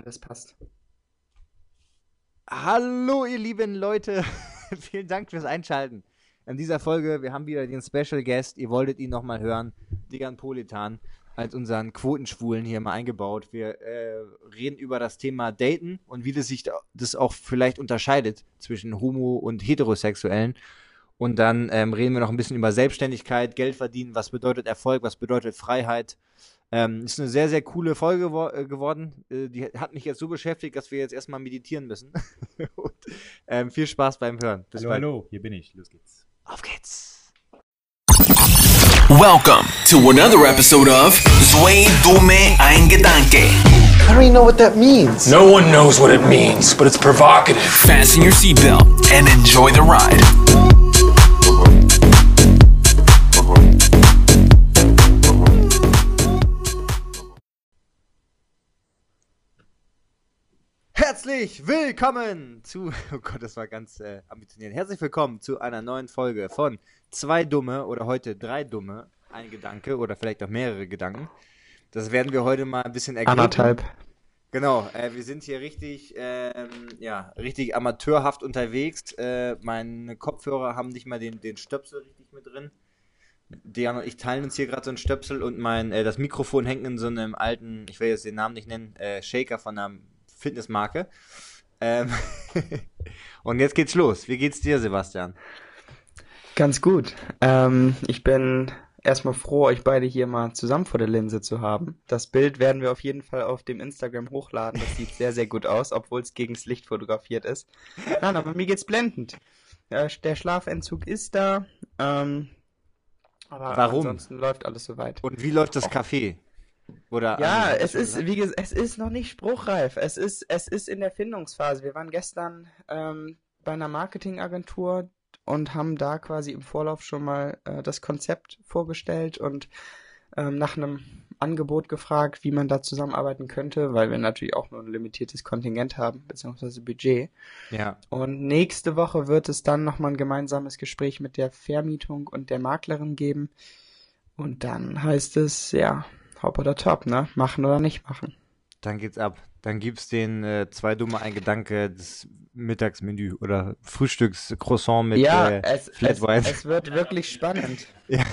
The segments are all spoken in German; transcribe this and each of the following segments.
Das passt. Hallo, ihr lieben Leute. Vielen Dank fürs Einschalten. In dieser Folge, wir haben wieder den Special Guest. Ihr wolltet ihn nochmal hören. Digan Politan als unseren Quotenschwulen hier mal eingebaut. Wir reden über das Thema Daten und wie das auch vielleicht unterscheidet zwischen Homo- und Heterosexuellen. Und dann reden wir noch ein bisschen über Selbstständigkeit, Geld verdienen, was bedeutet Erfolg, was bedeutet Freiheit. Ist eine sehr, sehr coole Folge geworden. Die hat mich jetzt so beschäftigt, dass wir jetzt erstmal meditieren müssen. Und, viel Spaß beim Hören. Bis Hallo, bald. hallo, hier bin ich. Los geht's. Auf geht's. Welcome to another episode of Zwei Dumme ein Gedanke. I don't even know what that means. No one knows what it means, but it's provocative. Fasten your seatbelt and enjoy the ride. Herzlich willkommen zu, oh Gott, das war ganz ambitioniert. Herzlich willkommen zu einer neuen Folge von Zwei Dumme oder heute Drei Dumme, ein Gedanke oder vielleicht auch mehrere Gedanken. Das werden wir heute mal ein bisschen ergründen. Anderthalb. Genau, wir sind hier richtig amateurhaft unterwegs. Meine Kopfhörer haben nicht mal den Stöpsel richtig mit drin. Dejan und ich teilen uns hier gerade so einen Stöpsel und das Mikrofon hängt in so einem alten, ich will jetzt den Namen nicht nennen, Shaker von einer Fitnessmarke. Und jetzt geht's los. Wie geht's dir, Sebastian? Ganz gut. Ich bin erstmal froh, euch beide hier mal zusammen vor der Linse zu haben. Das Bild werden wir auf jeden Fall auf dem Instagram hochladen. Das sieht sehr, sehr gut aus, obwohl es gegen das Licht fotografiert ist. Nein, aber mir geht's blendend. Der Schlafentzug ist da. Aber Warum? ansonsten läuft alles soweit. Und wie läuft das Café? Oder Ja, Anni, es ist, wie gesagt, es ist noch nicht spruchreif. Es ist in der Findungsphase. Wir waren gestern bei einer Marketingagentur und haben da quasi im Vorlauf schon mal das Konzept vorgestellt und nach einem Angebot gefragt, wie man da zusammenarbeiten könnte, weil wir natürlich auch nur ein limitiertes Kontingent haben, beziehungsweise Budget. Ja. Und nächste Woche wird es dann nochmal ein gemeinsames Gespräch mit der Vermietung und der Maklerin geben. Und dann heißt es, ja, Hop oder Top, ne? Machen oder nicht machen. Dann geht's ab. Dann gibt's den Zwei Dumme ein Gedanke, das Mittagsmenü oder Frühstückscroissant mit Ja, Flat White. es wird wirklich spannend. Ja.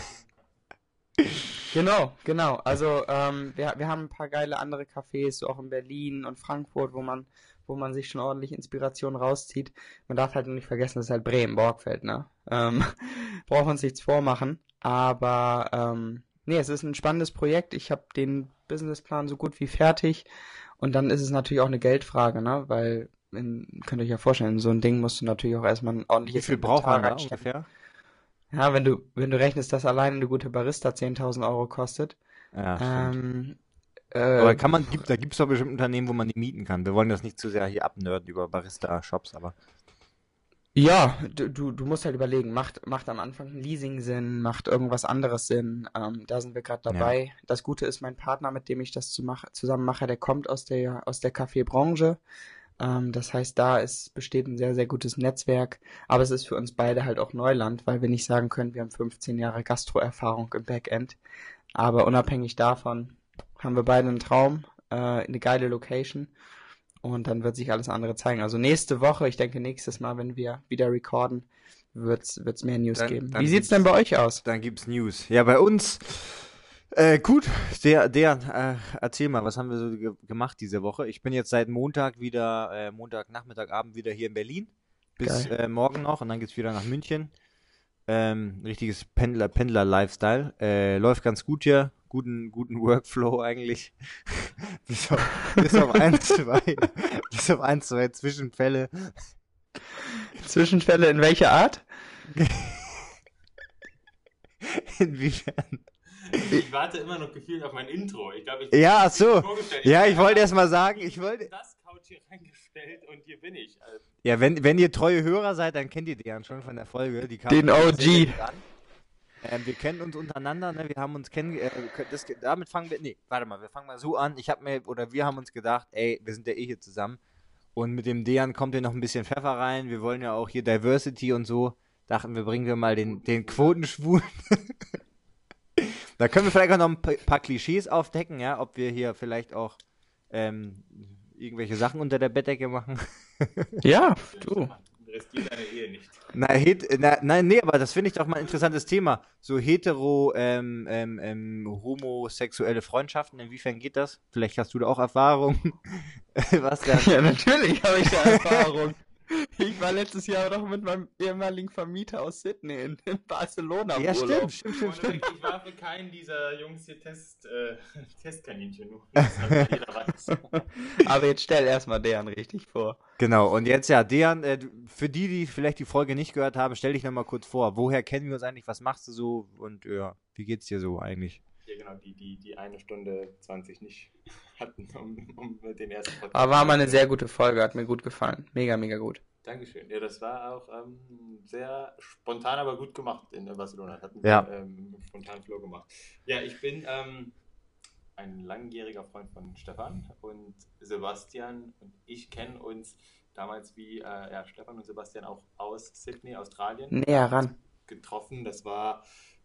Genau. Also wir haben ein paar geile andere Cafés, so auch in Berlin und Frankfurt, wo man sich schon ordentlich Inspiration rauszieht. Man darf halt nur nicht vergessen, das ist halt Bremen, Borgfeld, ne? Brauchen wir uns nichts vormachen. Aber nee, es ist ein spannendes Projekt. Ich habe den Businessplan so gut wie fertig. Und dann ist es natürlich auch eine Geldfrage, ne? Weil, könnt ihr euch ja vorstellen, in so ein Ding musst du natürlich auch erstmal ein Wie ordentliches viel braucht man da reinstecken. ungefähr? Ja, wenn du rechnest, dass alleine eine gute Barista 10.000 Euro kostet, Ja, stimmt. ähm, Aber da gibt's doch bestimmt Unternehmen, wo man die mieten kann. Wir wollen das nicht zu sehr hier abnörden über Barista-Shops, aber ja, du musst halt überlegen, macht am Anfang ein Leasing Sinn, macht irgendwas anderes Sinn, da sind wir gerade ja. dabei. Das Gute ist, mein Partner, mit dem ich das zusammen mache, der kommt aus der Kaffeebranche. Das heißt, besteht ein sehr, sehr gutes Netzwerk, aber es ist für uns beide halt auch Neuland, weil wir nicht sagen können, wir haben 15 Jahre Gastro-Erfahrung im Backend. Aber unabhängig davon haben wir beide einen Traum, eine geile Location und dann wird sich alles andere zeigen. Also nächste Woche, ich denke nächstes Mal, wenn wir wieder recorden, wird's mehr News geben. Dann Wie sieht's denn bei euch aus? Dann gibt's News. Ja, bei uns, gut, erzähl mal, was haben wir so gemacht diese Woche? Ich bin jetzt seit Montag wieder, Montagnachmittagabend wieder hier in Berlin, bis Geil. morgen noch und dann geht's wieder nach München. Richtiges Pendler-Lifestyle. Läuft ganz gut hier, guten Workflow eigentlich. Bis auf ein, zwei Zwischenfälle. Zwischenfälle in welcher Art? Inwiefern? Ich warte immer noch gefühlt auf mein Intro. Ich glaube, Ja, ach so. vorgestellt. Ja, ich wollte erst mal sagen, das Couch hier reingestellt und hier bin ich. Also, Ja, wenn ihr treue Hörer seid, dann kennt ihr die ja schon von der Folge. Die kam Den sehr, sehr OG. gut an. Wir kennen uns untereinander, ne? Wir haben uns damit fangen wir, nee, warte mal, wir fangen mal so an. Wir haben uns gedacht, ey, wir sind ja eh hier zusammen. Und mit dem Dejan kommt hier noch ein bisschen Pfeffer rein. Wir wollen ja auch hier Diversity und so. Dachten wir, bringen wir mal den Quotenschwulen. Da können wir vielleicht auch noch ein paar Klischees aufdecken, ja, ob wir hier vielleicht auch irgendwelche Sachen unter der Bettdecke machen. Ja, du. Riskiert deine Ehe nicht. Nein, nee, aber das finde ich doch mal ein interessantes Thema. So homosexuelle Freundschaften, inwiefern geht das? Vielleicht hast du da auch Erfahrung. Was da? Ja, natürlich habe ich da Erfahrung. Ich war letztes Jahr doch mit meinem ehemaligen Vermieter aus Sydney in Barcelona im Ja, Urlaub. stimmt. Ich war für keinen dieser Jungs hier Testkaninchen. Nur, dass das jeder weiß. Aber jetzt stell erstmal Dejan richtig vor. Genau, und jetzt ja, Dejan, für die vielleicht die Folge nicht gehört haben, stell dich nochmal kurz vor. Woher kennen wir uns eigentlich? Was machst du so? Und ja, wie geht's dir so eigentlich? Ja, genau, die 1 Stunde 20 nicht hatten, um den ersten Podcast. Aber war mal eine sehr gute Folge, hat mir gut gefallen. Mega, mega gut. Dankeschön. Ja, das war auch sehr spontan, aber gut gemacht in Barcelona. Hat einen Ja. spontanen Flow gemacht. Ja, ich bin ein langjähriger Freund von Stefan und Sebastian und ich kennen uns damals wie Stefan und Sebastian auch aus Sydney, Australien. Näher ran. Getroffen. Das war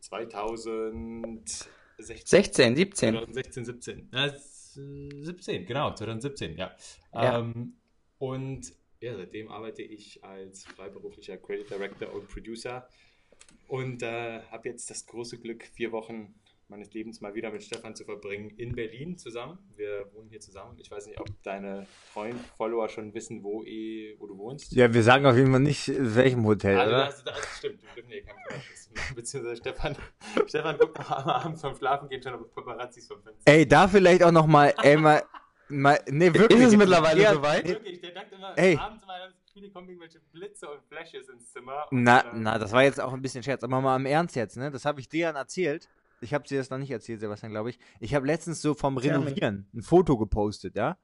2016. 16, 17. 2016, 17. 17, genau, 2017, ja. Ja. Und ja, seitdem arbeite ich als freiberuflicher Creative Director und Producer und habe jetzt das große Glück, 4 Wochen meines Lebens mal wieder mit Stefan zu verbringen in Berlin zusammen. Wir wohnen hier zusammen. Ich weiß nicht, ob deine treuen Follower schon wissen, wo du wohnst. Ja, wir sagen auf jeden Fall nicht, in welchem Hotel, Also, oder? das stimmt, wir dürfen hier kein Verrates. Beziehungsweise Stefan guckt noch einmal abends vom Schlafen gehen schon auf Paparazzis vom Fenster. Ey, da vielleicht auch nochmal, nee, wirklich. Ist es mittlerweile Ja, soweit? Wirklich, der dachte immer, Ey. abends immer ganz viele kommen irgendwelche Blitze und Flashes ins Zimmer. Na, das war jetzt auch ein bisschen Scherz, aber mal im Ernst jetzt, ne? Das habe ich Dejan erzählt. Ich habe dir das noch nicht erzählt, Sebastian, glaube ich. Ich habe letztens so vom Renovieren ein Foto gepostet, ja?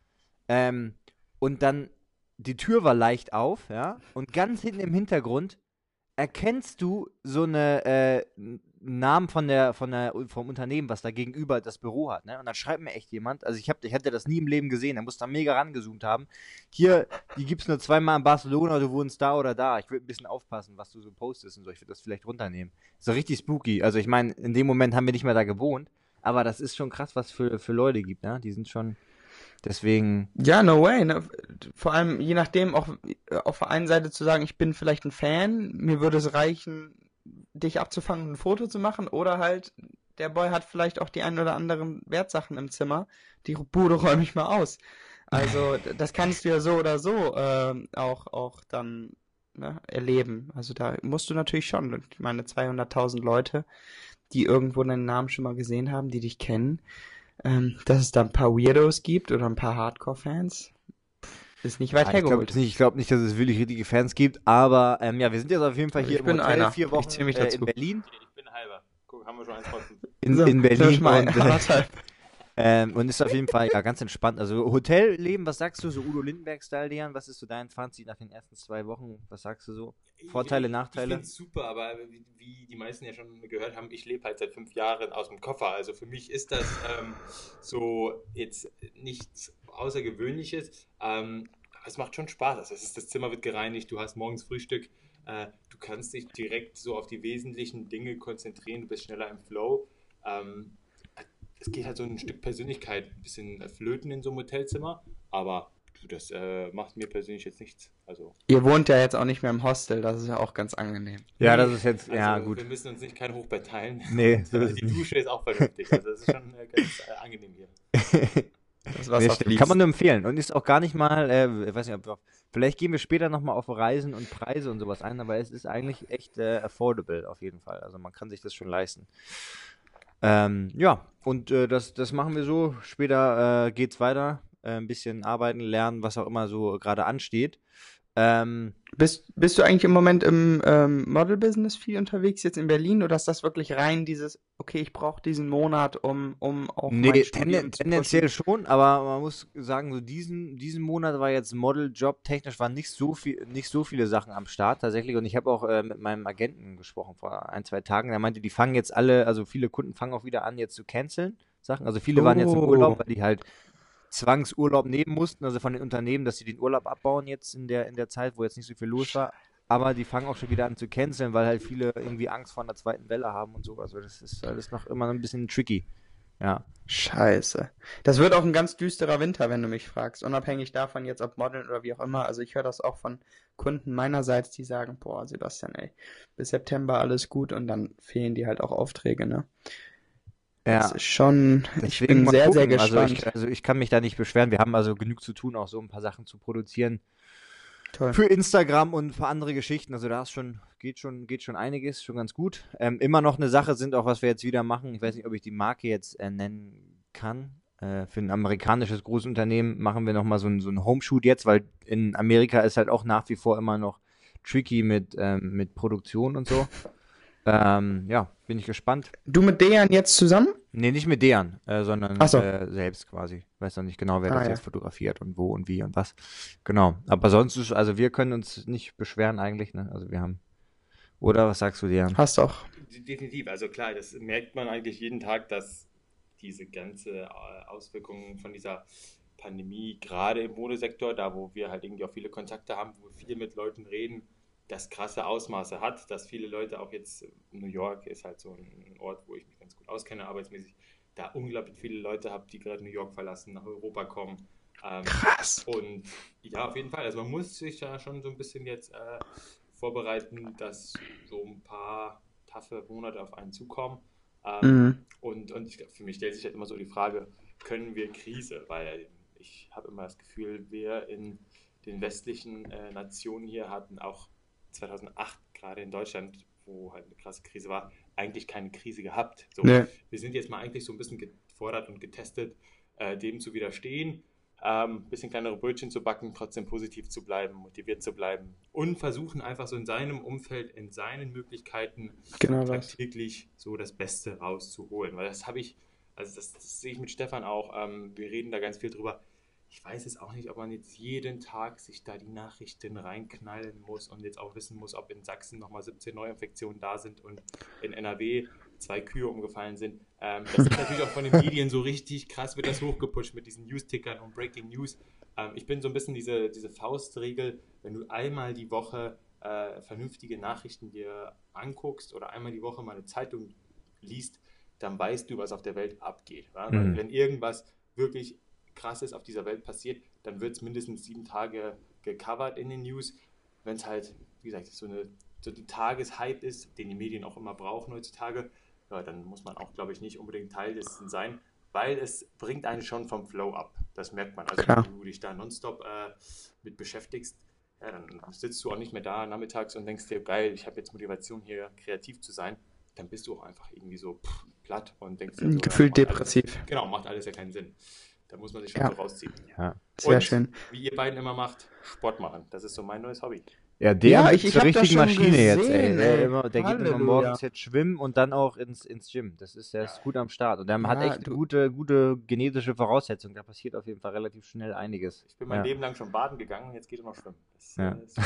Und dann, die Tür war leicht auf, ja? Und ganz hinten im Hintergrund erkennst du so eine Namen vom Unternehmen, was da gegenüber das Büro hat, ne? Und dann schreibt mir echt jemand, also ich hätte das nie im Leben gesehen, der muss da mega rangezoomt haben. Hier, die gibt's nur 2-mal in Barcelona, du wohnst da oder da. Ich würde ein bisschen aufpassen, was du so postest und so. Ich würde das vielleicht runternehmen. So richtig spooky. Also ich meine, in dem Moment haben wir nicht mehr da gewohnt, aber das ist schon krass, was für Leute gibt, ne? Die sind schon, deswegen, Ja, no way. Ne? Vor allem, je nachdem, auch auf der einen Seite zu sagen, ich bin vielleicht ein Fan, mir würde es reichen, dich abzufangen und ein Foto zu machen, oder halt, der Boy hat vielleicht auch die ein oder anderen Wertsachen im Zimmer, die Bude räume ich mal aus. Also, das kannst du ja so oder so auch dann erleben. Also da musst du natürlich schon, ich meine 200.000 Leute, die irgendwo deinen Namen schon mal gesehen haben, die dich kennen, dass es da ein paar Weirdos gibt oder ein paar Hardcore-Fans, ist nicht weit hergeholt. ich glaube nicht, dass es wirklich richtige Fans gibt, aber ja, wir sind jetzt auf jeden Fall hier Ich bin im Hotel, einer. 4 Ich Wochen zähl mich dazu. in Berlin. Ich bin halber. Guck, haben wir schon eins rausgefunden. In Berlin und, anderthalb. und ist auf jeden Fall ja ganz entspannt. Also Hotelleben, was sagst du, so Udo Lindenberg-Style, Dejan? Was ist so dein Fazit nach den ersten 2 Wochen? Was sagst du so? Vorteile, Nachteile? Ich finde es super, aber wie die meisten ja schon gehört haben, ich lebe halt seit 5 Jahren aus dem Koffer. Also für mich ist das so jetzt nichts Außergewöhnliches. Es macht schon Spaß. Also das Zimmer wird gereinigt, du hast morgens Frühstück, du kannst dich direkt so auf die wesentlichen Dinge konzentrieren, du bist schneller im Flow. Es geht halt so ein Stück Persönlichkeit ein bisschen flöten in so einem Hotelzimmer, aber das macht mir persönlich jetzt nichts. Also, Ihr wohnt ja jetzt auch nicht mehr im Hostel, das ist ja auch ganz angenehm. Ja, das ist jetzt, also ja gut. wir müssen uns nicht kein Hochbett teilen. Nee, Und, so ist es die nicht. Dusche ist auch vernünftig, also das ist schon ganz angenehm hier. Das Nee, Wasser stimmt. fließt. Kann man nur empfehlen. Und ist auch gar nicht mal, ich weiß nicht, vielleicht gehen wir später nochmal auf Reisen und Preise und sowas ein, aber es ist eigentlich echt affordable auf jeden Fall. Also man kann sich das schon leisten. Ja, und das machen wir so. Später geht's weiter. Ein bisschen arbeiten, lernen, was auch immer so gerade ansteht. Bist du eigentlich im Moment im Model-Business viel unterwegs jetzt in Berlin, oder ist das wirklich rein dieses, okay, ich brauche diesen Monat, um auch mein Nee, Studium zu tendenziell pushen? schon, aber man muss sagen, so diesen Monat war jetzt Model-Job technisch waren nicht so viele Sachen am Start tatsächlich, und ich habe auch mit meinem Agenten gesprochen vor 1-2 Tagen, der meinte, die fangen jetzt alle, also viele Kunden fangen auch wieder an jetzt zu canceln Sachen, also viele waren jetzt im Urlaub, weil die halt Zwangsurlaub nehmen mussten, also von den Unternehmen, dass sie den Urlaub abbauen jetzt in der Zeit, wo jetzt nicht so viel los war. Aber die fangen auch schon wieder an zu canceln, weil halt viele irgendwie Angst vor einer zweiten Welle haben und so. Also das ist alles noch immer ein bisschen tricky. Ja. Scheiße. Das wird auch ein ganz düsterer Winter, wenn du mich fragst. Unabhängig davon jetzt, ob Modeln oder wie auch immer. Also ich höre das auch von Kunden meinerseits, die sagen, boah, Sebastian, ey, bis September alles gut und dann fehlen die halt auch Aufträge, ne? Das Ja, ist schon, ich deswegen bin mal sehr, sehr gucken. Also gespannt. ich kann mich da nicht beschweren. Wir haben also genug zu tun, auch so ein paar Sachen zu produzieren. Toll. Für Instagram und für andere Geschichten. Also da ist geht schon einiges, schon ganz gut. Immer noch eine Sache sind auch, was wir jetzt wieder machen. Ich weiß nicht, ob ich die Marke jetzt nennen kann. Für ein amerikanisches Großunternehmen machen wir nochmal so ein Homeshoot jetzt, weil in Amerika ist halt auch nach wie vor immer noch tricky mit Produktion und so. Ja, bin ich gespannt. Du mit Dejan jetzt zusammen? Nee, nicht mit Dejan, sondern Ach so. selbst quasi. Weiß noch nicht genau, wer Ah, das ja. jetzt fotografiert und wo und wie und was. Genau. Aber sonst ist, also wir können uns nicht beschweren eigentlich, ne? Also wir haben. Oder was sagst du, Dejan? Hast auch. Definitiv, also klar, das merkt man eigentlich jeden Tag, dass diese ganze Auswirkungen von dieser Pandemie, gerade im Modesektor, da wo wir halt irgendwie auch viele Kontakte haben, wo wir viel mit Leuten reden, das krasse Ausmaße hat, dass viele Leute auch jetzt, New York ist halt so ein Ort, wo ich mich ganz gut auskenne, arbeitsmäßig, da unglaublich viele Leute habe, die gerade New York verlassen, nach Europa kommen. Krass. Und ja, auf jeden Fall, also man muss sich da schon so ein bisschen jetzt vorbereiten, dass so ein paar taffe Monate auf einen zukommen. Und ich glaub, für mich stellt sich halt immer so die Frage, können wir Krise? Weil ich habe immer das Gefühl, wir in den westlichen Nationen hier hatten auch 2008, gerade in Deutschland, wo halt eine krasse Krise war, eigentlich keine Krise gehabt. So, Nee. wir sind jetzt mal eigentlich so ein bisschen gefordert und getestet, dem zu widerstehen, bisschen kleinere Brötchen zu backen, trotzdem positiv zu bleiben, motiviert zu bleiben und versuchen einfach so in seinem Umfeld, in seinen Möglichkeiten Genau das. tagtäglich so das Beste rauszuholen. Weil das habe ich, also das sehe ich mit Stefan auch, wir reden da ganz viel drüber. Ich weiß jetzt auch nicht, ob man jetzt jeden Tag sich da die Nachrichten reinknallen muss und jetzt auch wissen muss, ob in Sachsen nochmal 17 Neuinfektionen da sind und in NRW 2 Kühe umgefallen sind. Das ist natürlich auch von den Medien so richtig krass, wird das hochgepusht mit diesen News-Tickern und Breaking News. Ich bin so ein bisschen diese Faustregel, wenn du einmal die Woche vernünftige Nachrichten dir anguckst oder einmal die Woche mal eine Zeitung liest, dann weißt du, was auf der Welt abgeht. Ja? Weil wenn irgendwas wirklich Krasses auf dieser Welt passiert, dann wird es mindestens 7 Tage gecovert in den News. Wenn es halt, wie gesagt, so die Tageshype ist, den die Medien auch immer brauchen heutzutage, ja, dann muss man auch, glaube ich, nicht unbedingt Teil dessen sein, weil es bringt einen schon vom Flow ab. Das merkt man. Also Klar. wenn du dich da nonstop mit beschäftigst, ja, dann sitzt du auch nicht mehr da nachmittags und denkst dir, geil, ich habe jetzt Motivation hier kreativ zu sein. Dann bist du auch einfach irgendwie so platt und denkst dir so, Gefühlt ja, macht depressiv. Alles, genau, macht alles ja keinen Sinn. Da muss man sich schon Ja. so rausziehen. Ja. Sehr Und schön. wie ihr beiden immer macht, Sport machen. Das ist so mein neues Hobby. Ja, der ich ist zur hab das richtigen schon Maschine jetzt, gesehen, ey. ey. Der geht immer Halleluja. morgens jetzt schwimmen und dann auch ins Gym. Der ist gut am Start. Und der hat Ja, echt gute genetische Voraussetzungen. Da passiert auf jeden Fall relativ schnell einiges. Ich bin mein Ja. Leben lang schon baden gegangen und jetzt geht er noch schwimmen. Das, Ja. ist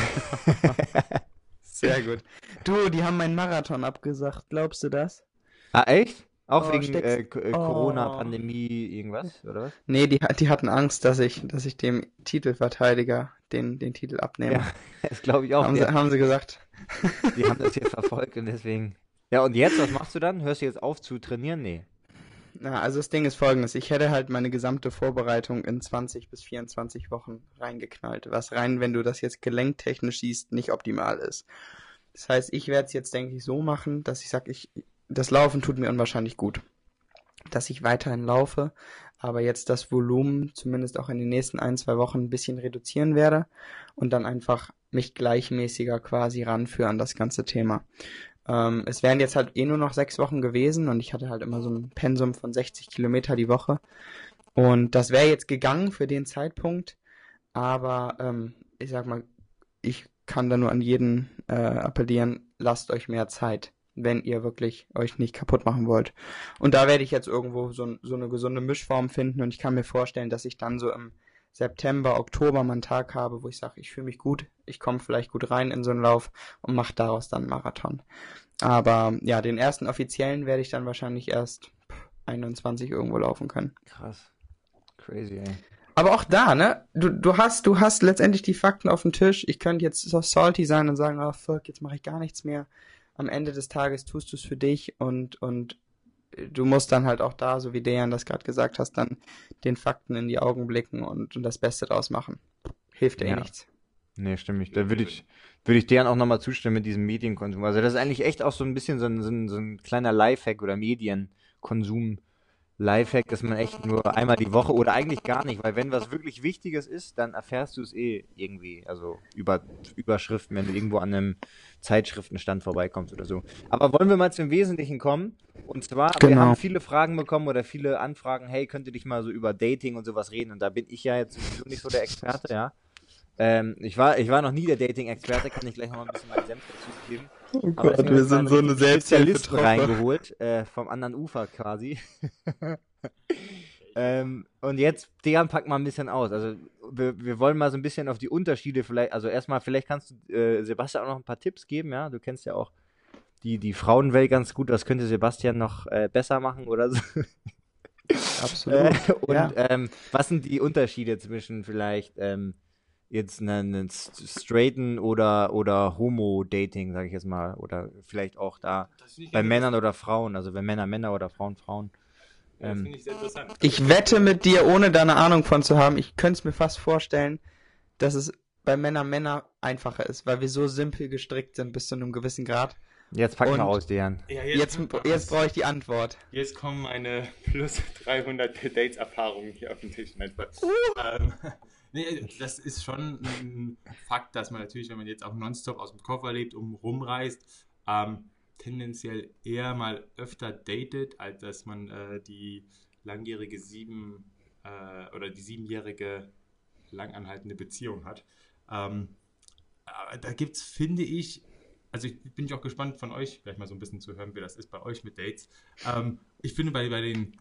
Sehr gut. Du, die haben meinen Marathon abgesagt. Glaubst du das? Ah, echt? Auch Oh, wegen steckst- Corona, Pandemie, irgendwas, oder was? Nee, die hatten Angst, dass ich dem Titelverteidiger den Titel abnehme. Ja, das glaube ich auch. Haben sie gesagt. Die haben das hier verfolgt und deswegen. Ja, und jetzt, was machst du dann? Hörst du jetzt auf zu trainieren? Nee. Na, also das Ding ist folgendes. Ich hätte halt meine gesamte Vorbereitung in 20 bis 24 Wochen reingeknallt. Was rein, wenn du das jetzt gelenktechnisch siehst, nicht optimal ist. Das heißt, ich werde es jetzt, denke ich, so machen, dass ich sage, das Laufen tut mir unwahrscheinlich gut. Dass ich weiterhin laufe, aber jetzt das Volumen zumindest auch in den nächsten 1-2 Wochen ein bisschen reduzieren werde und dann einfach mich gleichmäßiger quasi ranführen an das ganze Thema. Es wären jetzt halt nur noch 6 Wochen gewesen und ich hatte halt immer so ein Pensum von 60 Kilometer die Woche. Und das wäre jetzt gegangen für den Zeitpunkt, aber ich sag mal, ich kann da nur an jeden appellieren, lasst euch mehr Zeit, wenn ihr wirklich euch nicht kaputt machen wollt. Und da werde ich jetzt irgendwo so eine gesunde Mischform finden und ich kann mir vorstellen, dass ich dann so im September, Oktober mal einen Tag habe, wo ich sage, ich fühle mich gut, ich komme vielleicht gut rein in so einen Lauf und mache daraus dann einen Marathon. Aber ja, den ersten offiziellen werde ich dann wahrscheinlich erst 21 irgendwo laufen können. Krass. Crazy, ey. Aber auch da, ne? Du hast letztendlich die Fakten auf dem Tisch. Ich könnte jetzt so salty sein und sagen, oh fuck, jetzt mache ich gar nichts mehr. Am Ende des Tages tust du es für dich und du musst dann halt auch da, so wie Dejan das gerade gesagt hast, dann den Fakten in die Augen blicken und das Beste draus machen. Hilft Ja. nichts. Nee, stimmt nicht. Da würde ich deren auch nochmal zustimmen mit diesem Medienkonsum. Also das ist eigentlich echt auch so ein bisschen so ein kleiner Lifehack oder Medienkonsum-Lifehack, dass man echt nur einmal die Woche oder eigentlich gar nicht, weil wenn was wirklich Wichtiges ist, dann erfährst du es irgendwie, also über Überschriften, wenn du irgendwo an einem Zeitschriftenstand vorbeikommst oder so. Aber wollen wir mal zum Wesentlichen kommen? Und zwar, wir Genau. haben viele Fragen bekommen oder viele Anfragen, hey, könnt ihr nicht mal so über Dating und sowas reden? Und da bin ich ja jetzt sowieso nicht so der Experte, ja. Ich war noch nie der Dating-Experte, kann ich gleich noch mal ein bisschen meinen Senf dazu geben. Oh Aber Gott, deswegen wir haben sind so eine einen richtigen Spezialisten Selbsthilfetruppe. reingeholt, vom anderen Ufer quasi. Und jetzt, Dejan, pack mal ein bisschen aus. Also wir wollen mal so ein bisschen auf die Unterschiede vielleicht, also erstmal, vielleicht kannst du Sebastian auch noch ein paar Tipps geben, ja? Du kennst ja auch die Frauenwelt ganz gut, was könnte Sebastian noch besser machen oder so. Absolut. Und Ja. was sind die Unterschiede zwischen vielleicht jetzt einen straighten oder Homo-Dating, sage ich jetzt mal, oder vielleicht auch da Das finde ich bei ganz Männern oder Frauen, also bei Männer oder Frauen. Das finde ich sehr interessant. Ich wette mit dir, ohne da eine Ahnung von zu haben, ich könnte es mir fast vorstellen, dass es bei Männer einfacher ist, weil wir so simpel gestrickt sind bis zu einem gewissen Grad. Jetzt pack mal Und aus, Dejan. Ja, Jetzt brauche ich die Antwort. Jetzt kommen meine plus 300 Dates-Erfahrungen hier auf den Tisch. Nee, das ist schon ein Fakt, dass man natürlich, wenn man jetzt auch nonstop aus dem Koffer lebt und rumreist, tendenziell eher mal öfter datet, als dass man die langjährige oder die 7-jährige langanhaltende Beziehung hat. Aber da gibt es, finde ich, also ich bin auch gespannt von euch, vielleicht mal so ein bisschen zu hören, wie das ist bei euch mit Dates. Ich finde bei den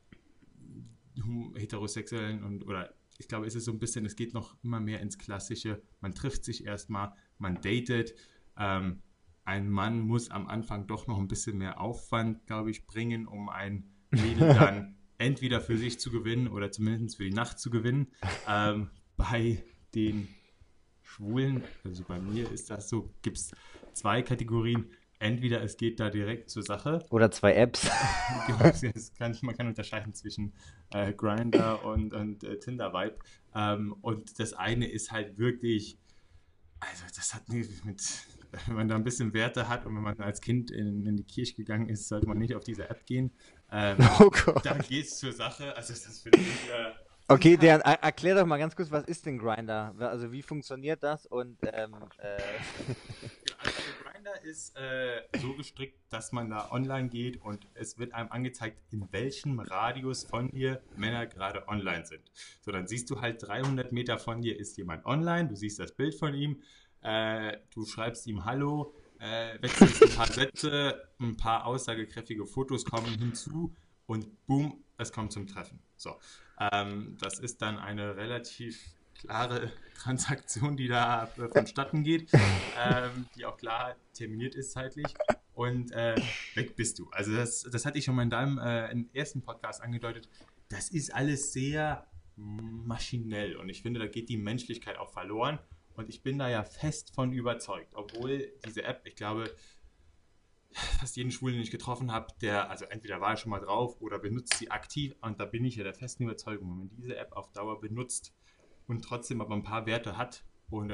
Heterosexuellen oder ich glaube, es ist so ein bisschen, es geht noch immer mehr ins Klassische. Man trifft sich erstmal, man datet. Ein Mann muss am Anfang doch noch ein bisschen mehr Aufwand, glaube ich, bringen, um ein Mädel dann entweder für sich zu gewinnen oder zumindest für die Nacht zu gewinnen. Bei den Schwulen, also bei mir ist das so, gibt es 2 Kategorien. Entweder es geht da direkt zur Sache. Oder 2 Apps. Man kann unterscheiden zwischen Grindr und Tinder-Vibe. Und das eine ist halt wirklich, also das hat nicht mit, wenn man da ein bisschen Werte hat und wenn man als Kind in die Kirche gegangen ist, sollte man nicht auf diese App gehen. Oh Gott. Da geht es zur Sache. Also das finde ich... Okay, Dejan, erklär doch mal ganz kurz, was ist denn Grindr? Also wie funktioniert das? Und Also Grindr ist so gestrickt, dass man da online geht und es wird einem angezeigt, in welchem Radius von dir Männer gerade online sind. So, dann siehst du halt 300 Meter von dir ist jemand online, du siehst das Bild von ihm, du schreibst ihm Hallo, wechselst ein paar Sätze, ein paar aussagekräftige Fotos kommen hinzu und boom, es kommt zum Treffen. So, das ist dann eine relativ klare Transaktion, die da vonstatten geht, die auch klar terminiert ist zeitlich und weg bist du. Also das hatte ich schon mal in deinem im ersten Podcast angedeutet, das ist alles sehr maschinell und ich finde, da geht die Menschlichkeit auch verloren und ich bin da ja fest von überzeugt, obwohl diese App, ich glaube, fast jeden Schwulen, den ich getroffen habe, also entweder war er schon mal drauf oder benutzt sie aktiv und da bin ich ja der festen Überzeugung, wenn man diese App auf Dauer benutzt und trotzdem aber ein paar Werte hat und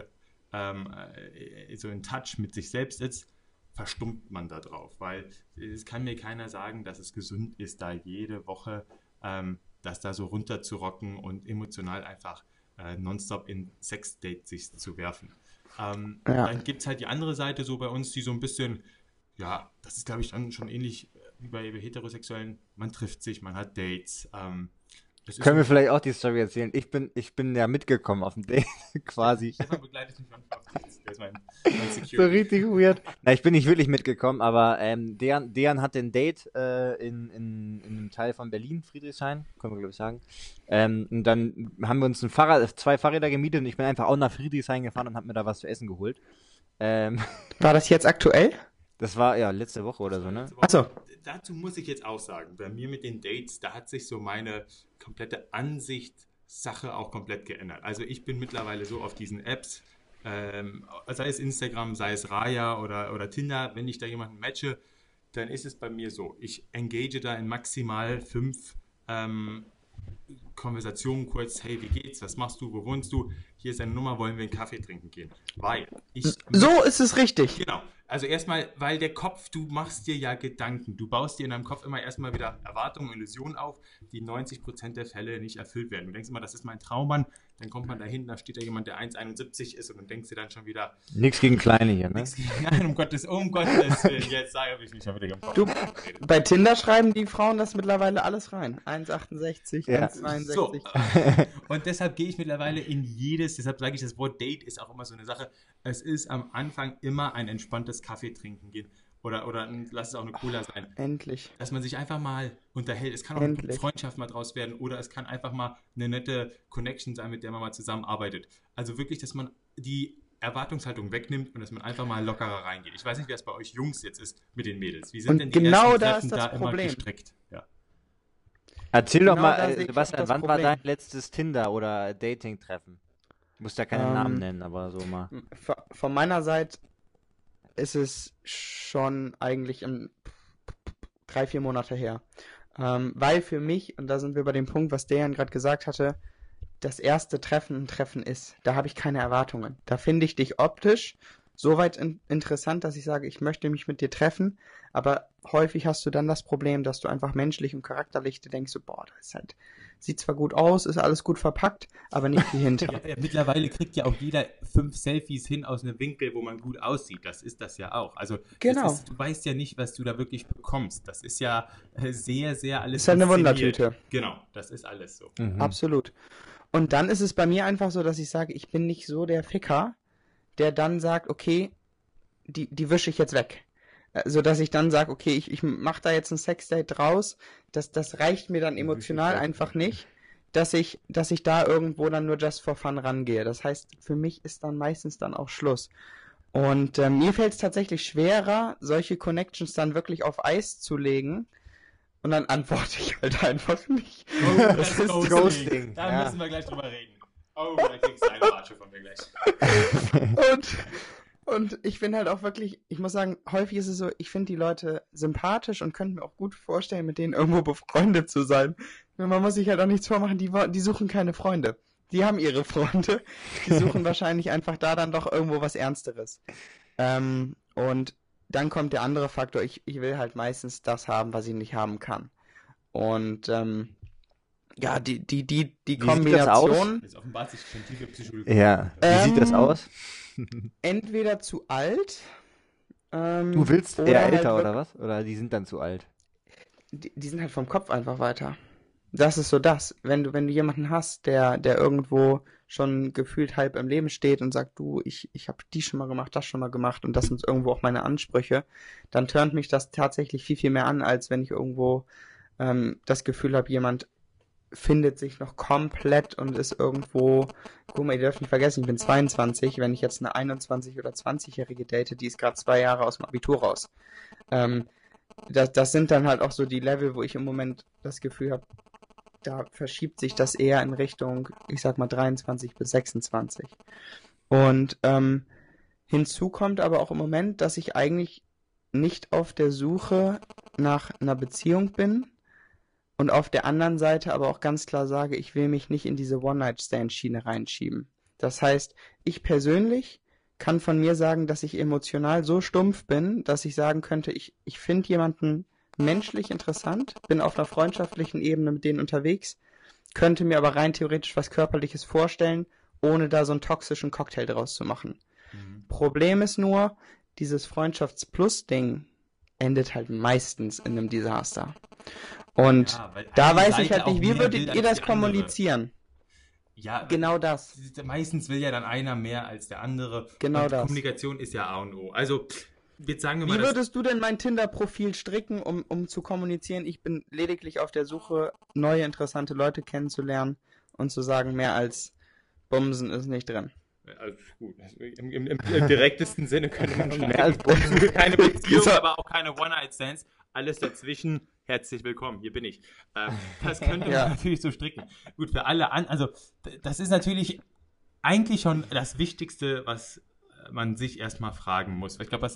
so in Touch mit sich selbst ist, verstummt man da drauf, weil es kann mir keiner sagen, dass es gesund ist, da jede Woche das da so runter zu rocken und emotional einfach nonstop in Sex-Date sich zu werfen. Dann gibt es halt die andere Seite so bei uns, die so ein bisschen, ja, das ist glaube ich dann schon ähnlich wie bei Heterosexuellen, man trifft sich, man hat Dates. Können wir vielleicht auch die Story erzählen? Ich bin ja mitgekommen auf dem Date, quasi. Stefan begleitet mich manchmal auf Dates, der ist mein Security. So richtig weird. Na, ich bin nicht wirklich mitgekommen, aber Dejan hat den Date in einem Teil von Berlin, Friedrichshain, können wir glaube ich sagen. Und dann haben wir uns 2 Fahrräder gemietet und ich bin einfach auch nach Friedrichshain gefahren und habe mir da was zu essen geholt. War das jetzt aktuell? Das war ja letzte Woche oder so, ne? Achso. Dazu muss ich jetzt auch sagen, bei mir mit den Dates, da hat sich so meine komplette Ansichtssache auch komplett geändert. Also ich bin mittlerweile so auf diesen Apps, sei es Instagram, sei es Raya oder Tinder, wenn ich da jemanden matche, dann ist es bei mir so, ich engage da in maximal 5 Konversationen kurz, hey, wie geht's, was machst du, wo wohnst du, hier ist deine Nummer, wollen wir einen Kaffee trinken gehen, weil So ist es richtig. Genau, also erstmal, weil der Kopf, du machst dir ja Gedanken, du baust dir in deinem Kopf immer erstmal wieder Erwartungen, Illusionen auf, die 90% der Fälle nicht erfüllt werden. Du denkst immer, das ist mein Traummann, dann kommt man da hin, da steht da jemand, der 1,71 ist und dann denkst du dann schon wieder... Nix gegen Kleine hier, ne? Nein, um Gottes Willen, jetzt sage ich mich schon wieder Du, bei Tinder schreiben die Frauen das mittlerweile alles rein. 1,68, Ja. 1,62. So. Und deshalb gehe ich mittlerweile in jedes, deshalb sage ich, das Wort Date ist auch immer so eine Sache, es ist am Anfang immer ein entspanntes Kaffee trinken gehen. Oder lass es auch eine Cola sein. Endlich. Dass man sich einfach mal unterhält. Es kann auch Endlich. eine Freundschaft mal draus werden oder es kann einfach mal eine nette Connection sein, mit der man mal zusammenarbeitet. Also wirklich, dass man die Erwartungshaltung wegnimmt und dass man einfach mal lockerer reingeht. Ich weiß nicht, wie das bei euch Jungs jetzt ist mit den Mädels. Wie sind Und denn die genau ersten da Treffen ist das da immer Problem. gestrickt? Ja. Erzähl Genau doch da mal, sehe ich Sebastian, das wann war Problem. dein letztes Tinder- oder Dating-Treffen? Du musst ja keinen Namen nennen, aber so mal. Von meiner Seite ist es schon eigentlich 3-4 Monate her. Weil für mich, und da sind wir bei dem Punkt, was Dejan gerade gesagt hatte, das erste Treffen ein Treffen ist. Da habe ich keine Erwartungen. Da finde ich dich optisch soweit interessant, dass ich sage, ich möchte mich mit dir treffen, aber häufig hast du dann das Problem, dass du einfach menschlich und charakterlich dir denkst, so, boah, das ist halt, sieht zwar gut aus, ist alles gut verpackt, aber nicht viel hinter. Ja, mittlerweile kriegt ja auch jeder 5 Selfies hin aus einem Winkel, wo man gut aussieht. Das ist das ja auch. Also Genau. du weißt ja nicht, was du da wirklich bekommst. Das ist ja sehr, sehr alles Ist halt eine inszeniert. Wundertüte. Genau, das ist alles so. Absolut. Und dann ist es bei mir einfach so, dass ich sage, ich bin nicht so der Ficker, der dann sagt, okay, die wische ich jetzt weg. So dass ich dann sage, okay, ich mache da jetzt ein Sexdate draus. Das reicht mir dann emotional einfach nicht, dass ich da irgendwo dann nur just for fun rangehe. Das heißt, für mich ist dann meistens dann auch Schluss. Und mir fällt es tatsächlich schwerer, solche Connections dann wirklich auf Eis zu legen. Und dann antworte ich halt einfach nicht. Oh, das ist Ghosting. Da Ja. müssen wir gleich drüber reden. Oh, da kriegst du eine Ratsche von mir gleich. Und ich bin halt auch wirklich, ich muss sagen, häufig ist es so, ich finde die Leute sympathisch und könnte mir auch gut vorstellen, mit denen irgendwo befreundet zu sein. Nur man muss sich halt auch nichts vormachen, die suchen keine Freunde. Die haben ihre Freunde. Die suchen wahrscheinlich einfach da dann doch irgendwo was Ernsteres. Und dann kommt der andere Faktor, ich will halt meistens das haben, was ich nicht haben kann. Und ja, die Kombination. Jetzt offenbart sich schon tiefe Psychologie. Ja, wie sieht das aus? Entweder zu alt. Du willst oder eher halt älter wirk- oder was? Oder die sind dann zu alt? Die sind halt vom Kopf einfach weiter. Das ist so das. Wenn du jemanden hast, der irgendwo schon gefühlt halb im Leben steht und sagt, du, ich habe die schon mal gemacht, das schon mal gemacht und das sind irgendwo auch meine Ansprüche, dann turnt mich das tatsächlich viel, viel mehr an, als wenn ich irgendwo das Gefühl habe, jemand findet sich noch komplett und ist irgendwo, guck mal, ihr dürft nicht vergessen, ich bin 22, wenn ich jetzt eine 21- oder 20-Jährige date, die ist gerade 2 Jahre aus dem Abitur raus. Das sind dann halt auch so die Level, wo ich im Moment das Gefühl habe, da verschiebt sich das eher in Richtung, ich sag mal 23 bis 26. Und hinzu kommt aber auch im Moment, dass ich eigentlich nicht auf der Suche nach einer Beziehung bin und auf der anderen Seite aber auch ganz klar sage, ich will mich nicht in diese One-Night-Stand-Schiene reinschieben. Das heißt, ich persönlich kann von mir sagen, dass ich emotional so stumpf bin, dass ich sagen könnte, ich finde jemanden menschlich interessant, bin auf einer freundschaftlichen Ebene mit denen unterwegs, könnte mir aber rein theoretisch was Körperliches vorstellen, ohne da so einen toxischen Cocktail draus zu machen. Problem ist nur, dieses Freundschafts-Plus-Ding endet halt meistens in einem Desaster. Und Ja, weil da eine weiß ich Seite halt nicht, auch wie mehr will würdet ihr als das die andere. kommunizieren? Ja, Genau das. meistens will ja dann einer mehr als der andere. Genau und das. Kommunikation ist ja A und O. Also, jetzt sagen wir mal, Wie dass würdest du denn mein Tinder-Profil stricken, um zu kommunizieren? Ich bin lediglich auf der Suche, neue, interessante Leute kennenzulernen und zu sagen, mehr als Bumsen ist nicht drin. Also gut, im direktesten Sinne könnte man schon Mehr als Suche keine Beziehung, So. aber auch keine One-Night-Stands. Alles dazwischen, herzlich willkommen, hier bin ich. Das könnte Ja. man natürlich so stricken. Gut, für alle also das ist natürlich eigentlich schon das Wichtigste, was man sich erstmal fragen muss. Ich glaube, das ist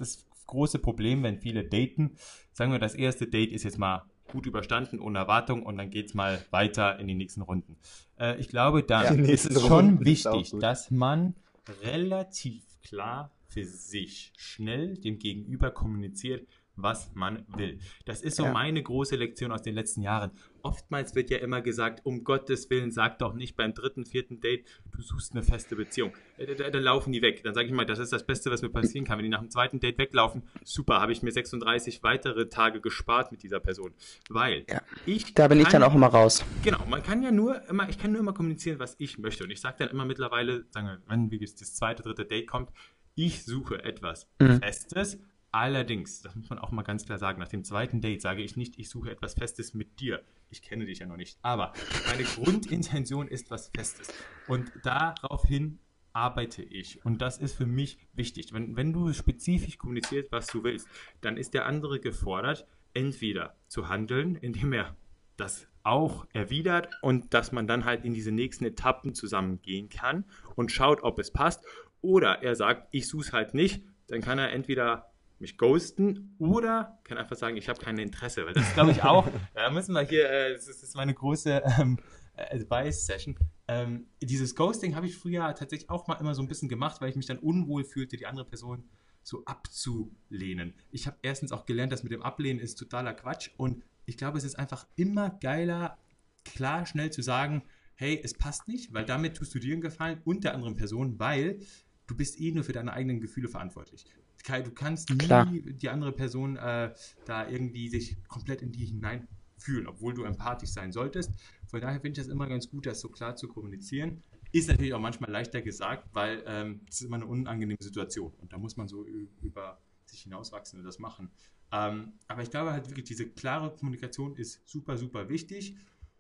große Problem, wenn viele daten. Sagen wir, das erste Date ist jetzt mal gut überstanden, ohne Erwartung und dann geht's mal weiter in die nächsten Runden. Ich glaube, da ist es schon wichtig, dass man relativ klar für sich schnell dem Gegenüber kommuniziert, was man will. Das ist so meine große Lektion aus den letzten Jahren. Oftmals wird ja immer gesagt, um Gottes Willen, sag doch nicht beim 3., 4. Date, du suchst eine feste Beziehung. Dann laufen die weg. Dann sage ich mal, das ist das Beste, was mir passieren kann. Wenn die nach dem 2. Date weglaufen, super, habe ich mir 36 weitere Tage gespart mit dieser Person. Weil da bin ich dann auch immer raus. Genau, ich kann nur immer kommunizieren, was ich möchte. Und ich sage dann immer mittlerweile, sagen wir, wenn das 2., 3. Date kommt, ich suche etwas Festes. Allerdings, das muss man auch mal ganz klar sagen, nach dem 2. Date sage ich nicht, ich suche etwas Festes mit dir. Ich kenne dich ja noch nicht. Aber meine Grundintention ist was Festes. Und daraufhin arbeite ich. Und das ist für mich wichtig. Wenn du spezifisch kommunizierst, was du willst, dann ist der andere gefordert, entweder zu handeln, indem er das auch erwidert und dass man dann halt in diese nächsten Etappen zusammengehen kann und schaut, ob es passt. Oder er sagt, ich suche es halt nicht, dann kann er entweder mich ghosten oder kann einfach sagen, ich habe kein Interesse, weil das glaube ich auch, da müssen wir hier, das ist meine große Advice-Session, dieses Ghosting habe ich früher tatsächlich auch mal immer so ein bisschen gemacht, weil ich mich dann unwohl fühlte, die andere Person so abzulehnen. Ich habe erstens auch gelernt, dass mit dem Ablehnen ist totaler Quatsch und ich glaube, es ist einfach immer geiler, klar, schnell zu sagen, hey, es passt nicht, weil damit tust du dir einen Gefallen und der anderen Person, weil du bist nur für deine eigenen Gefühle verantwortlich. Du kannst nie die andere Person da irgendwie sich komplett in die hineinfühlen, obwohl du empathisch sein solltest. Von daher finde ich das immer ganz gut, das so klar zu kommunizieren. Ist natürlich auch manchmal leichter gesagt, weil es ist immer eine unangenehme Situation und da muss man so über sich hinauswachsen und das machen. Aber ich glaube halt wirklich, diese klare Kommunikation ist super, super wichtig.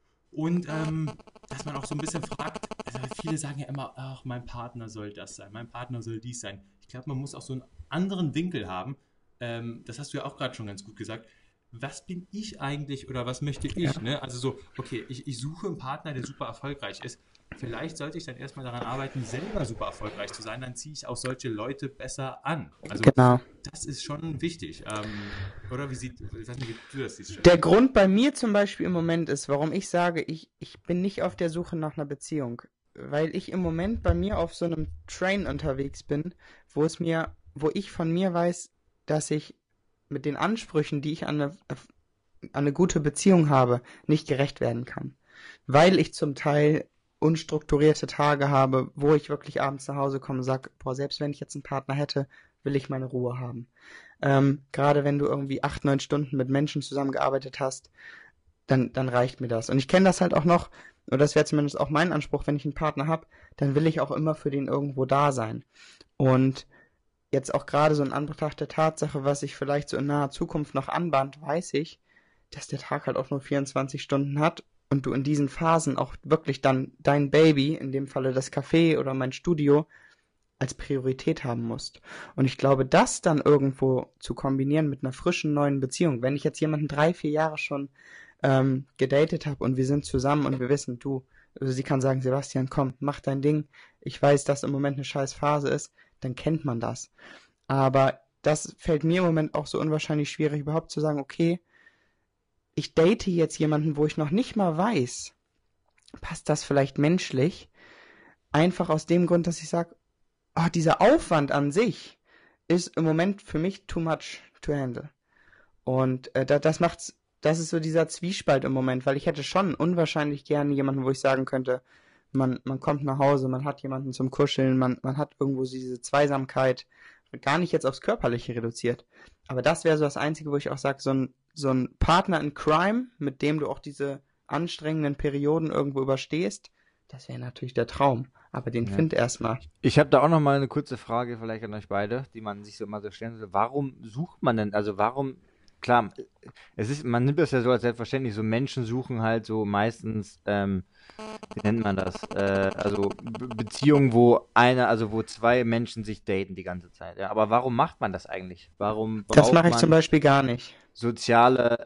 Und dass man auch so ein bisschen fragt, also viele sagen ja immer, ach, mein Partner soll das sein, mein Partner soll dies sein. Ich glaube, man muss auch so einen anderen Winkel haben. Das hast du ja auch gerade schon ganz gut gesagt. Was bin ich eigentlich oder was möchte ich? Ne? Also so, okay, ich suche einen Partner, der super erfolgreich ist. Vielleicht sollte ich dann erstmal daran arbeiten, selber super erfolgreich zu sein. Dann ziehe ich auch solche Leute besser an. Also das ist schon wichtig. Oder ich weiß nicht, wie du das siehst. Der Grund bei mir zum Beispiel im Moment ist, warum ich sage, ich bin nicht auf der Suche nach einer Beziehung. Weil ich im Moment bei mir auf so einem Train unterwegs bin, wo ich von mir weiß, dass ich mit den Ansprüchen, die ich an eine gute Beziehung habe, nicht gerecht werden kann. Weil ich zum Teil unstrukturierte Tage habe, wo ich wirklich abends nach Hause komme und sage, boah, selbst wenn ich jetzt einen Partner hätte, will ich meine Ruhe haben. Gerade wenn du irgendwie 8, 9 Stunden mit Menschen zusammengearbeitet hast, dann reicht mir das. Und ich kenne das halt auch noch, oder das wäre zumindest auch mein Anspruch, wenn ich einen Partner habe, dann will ich auch immer für den irgendwo da sein. Und jetzt auch gerade so in Anbetracht der Tatsache, was sich vielleicht so in naher Zukunft noch anbahnt, weiß ich, dass der Tag halt auch nur 24 Stunden hat und du in diesen Phasen auch wirklich dann dein Baby, in dem Falle das Café oder mein Studio, als Priorität haben musst. Und ich glaube, das dann irgendwo zu kombinieren mit einer frischen neuen Beziehung, wenn ich jetzt jemanden 3, 4 Jahre schon gedatet habe und wir sind zusammen und wir wissen, also sie kann sagen, Sebastian, komm, mach dein Ding, ich weiß, dass im Moment eine scheiß Phase ist, dann kennt man das. Aber das fällt mir im Moment auch so unwahrscheinlich schwierig, überhaupt zu sagen, okay, ich date jetzt jemanden, wo ich noch nicht mal weiß, passt das vielleicht menschlich, einfach aus dem Grund, dass ich sage, oh, dieser Aufwand an sich ist im Moment für mich too much to handle. Und das ist so dieser Zwiespalt im Moment, weil ich hätte schon unwahrscheinlich gerne jemanden, wo ich sagen könnte, man kommt nach Hause, man hat jemanden zum Kuscheln, man hat irgendwo diese Zweisamkeit, gar nicht jetzt aufs Körperliche reduziert. Aber das wäre so das Einzige, wo ich auch sage, so ein Partner in Crime, mit dem du auch diese anstrengenden Perioden irgendwo überstehst, das wäre natürlich der Traum. Aber den find erstmal. Ich habe da auch noch mal eine kurze Frage vielleicht an euch beide, die man sich so immer so stellen sollte. Warum sucht man denn, also warum, klar, man nimmt das ja so als selbstverständlich, so Menschen suchen halt so meistens, wie nennt man das, also Beziehungen, wo zwei Menschen sich daten die ganze Zeit. Ja, aber warum macht man das eigentlich? Warum Das mache ich zum Beispiel gar nicht. Soziale,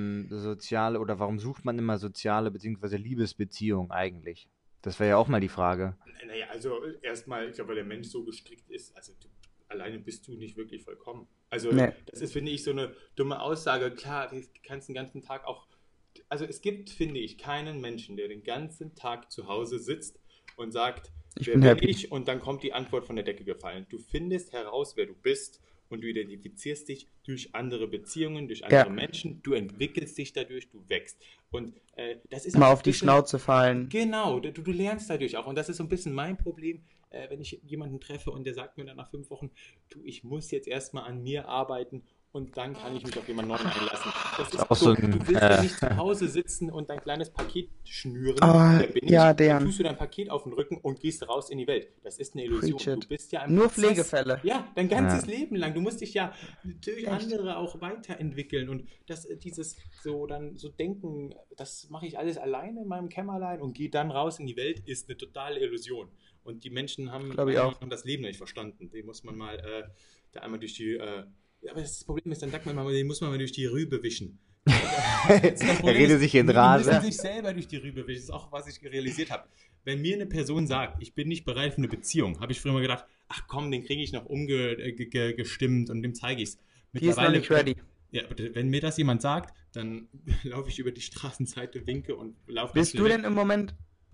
oder warum sucht man immer soziale bzw. Liebesbeziehungen eigentlich? Das wäre ja auch mal die Frage. Naja, also erstmal, ich glaube, weil der Mensch so gestrickt ist, also alleine bist du nicht wirklich vollkommen. Also Nee. das ist, finde ich, so eine dumme Aussage. Klar, du kannst den ganzen Tag auch, also es gibt, finde ich, keinen Menschen, der den ganzen Tag zu Hause sitzt und sagt, Ich wer bin bin happy. ich? Und dann kommt die Antwort von der Decke gefallen. Du findest heraus, wer du bist und du identifizierst dich durch andere Beziehungen, durch andere Ja. Menschen, du entwickelst dich dadurch, du wächst. Und das ist Mal auch auf die Schnauze fallen. Genau, du lernst dadurch auch. Und das ist so ein bisschen mein Problem, wenn ich jemanden treffe und der sagt mir dann nach 5 Wochen, du, ich muss jetzt erstmal an mir arbeiten und dann kann ich mich auf jemand Neuen einlassen. Das ist auch so, so ein, du willst ja nicht zu Hause sitzen und dein kleines Paket schnüren. Ah, Wer bin ja, ich? Dann deren. tust du dein Paket auf den Rücken und gehst raus in die Welt. Das ist eine Illusion. Preach it. Du bist ja im Nur Prozess. Pflegefälle. Ja, dein ganzes Leben lang. Du musst dich ja durch Echt? andere auch weiterentwickeln und dieses so dann so denken, das mache ich alles alleine in meinem Kämmerlein und gehe dann raus in die Welt, ist eine totale Illusion. Und die Menschen haben Glaub ich auch. haben das Leben nicht verstanden. Den muss man mal da einmal durch die aber das Problem ist, dann sagt man mal, den muss man mal durch die Rübe wischen. Er redet sich in Die Rage. müssen sich selber durch die Rübe wischen. Das ist auch, was ich realisiert habe. Wenn mir eine Person sagt, ich bin nicht bereit für eine Beziehung, habe ich früher mal gedacht, ach komm, den kriege ich noch umgestimmt und dem zeige ich es. Die ist noch nicht ready. Ja, aber wenn mir das jemand sagt, dann laufe ich über die Straßenseite, winke und laufe. Bist du denn im Moment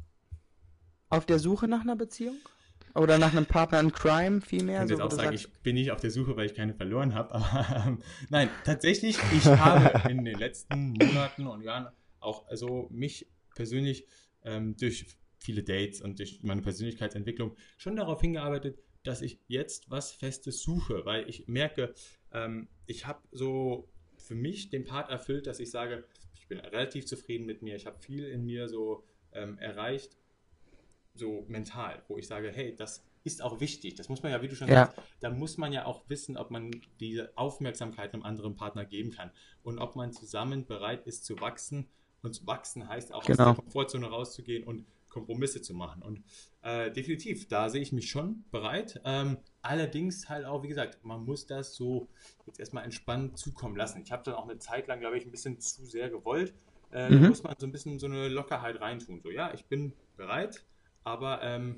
auf der Suche nach einer Beziehung? Oder nach einem Partner in Crime vielmehr? Ich kann So, jetzt wo auch du sagen, sagst, ich bin nicht auf der Suche, weil ich keine verloren habe. Aber nein, tatsächlich, ich habe in den letzten Monaten und Jahren auch also mich persönlich durch viele Dates und durch meine Persönlichkeitsentwicklung schon darauf hingearbeitet, dass ich jetzt was Festes suche, weil ich merke, ich habe so für mich den Part erfüllt, dass ich sage, ich bin relativ zufrieden mit mir, ich habe viel in mir so erreicht, so mental, wo ich sage, hey, das ist auch wichtig. Das muss man ja, wie du schon Ja. sagst, da muss man ja auch wissen, ob man diese Aufmerksamkeit einem anderen Partner geben kann und ob man zusammen bereit ist zu wachsen. Und zu wachsen heißt auch aus Genau. der Komfortzone rauszugehen und Kompromisse zu machen. Und definitiv, da sehe ich mich schon bereit. Allerdings halt auch, wie gesagt, man muss das so jetzt erstmal entspannt zukommen lassen. Ich habe dann auch eine Zeit lang, glaube ich, ein bisschen zu sehr gewollt. Da muss man so ein bisschen so eine Lockerheit reintun. So, ja, ich bin bereit, aber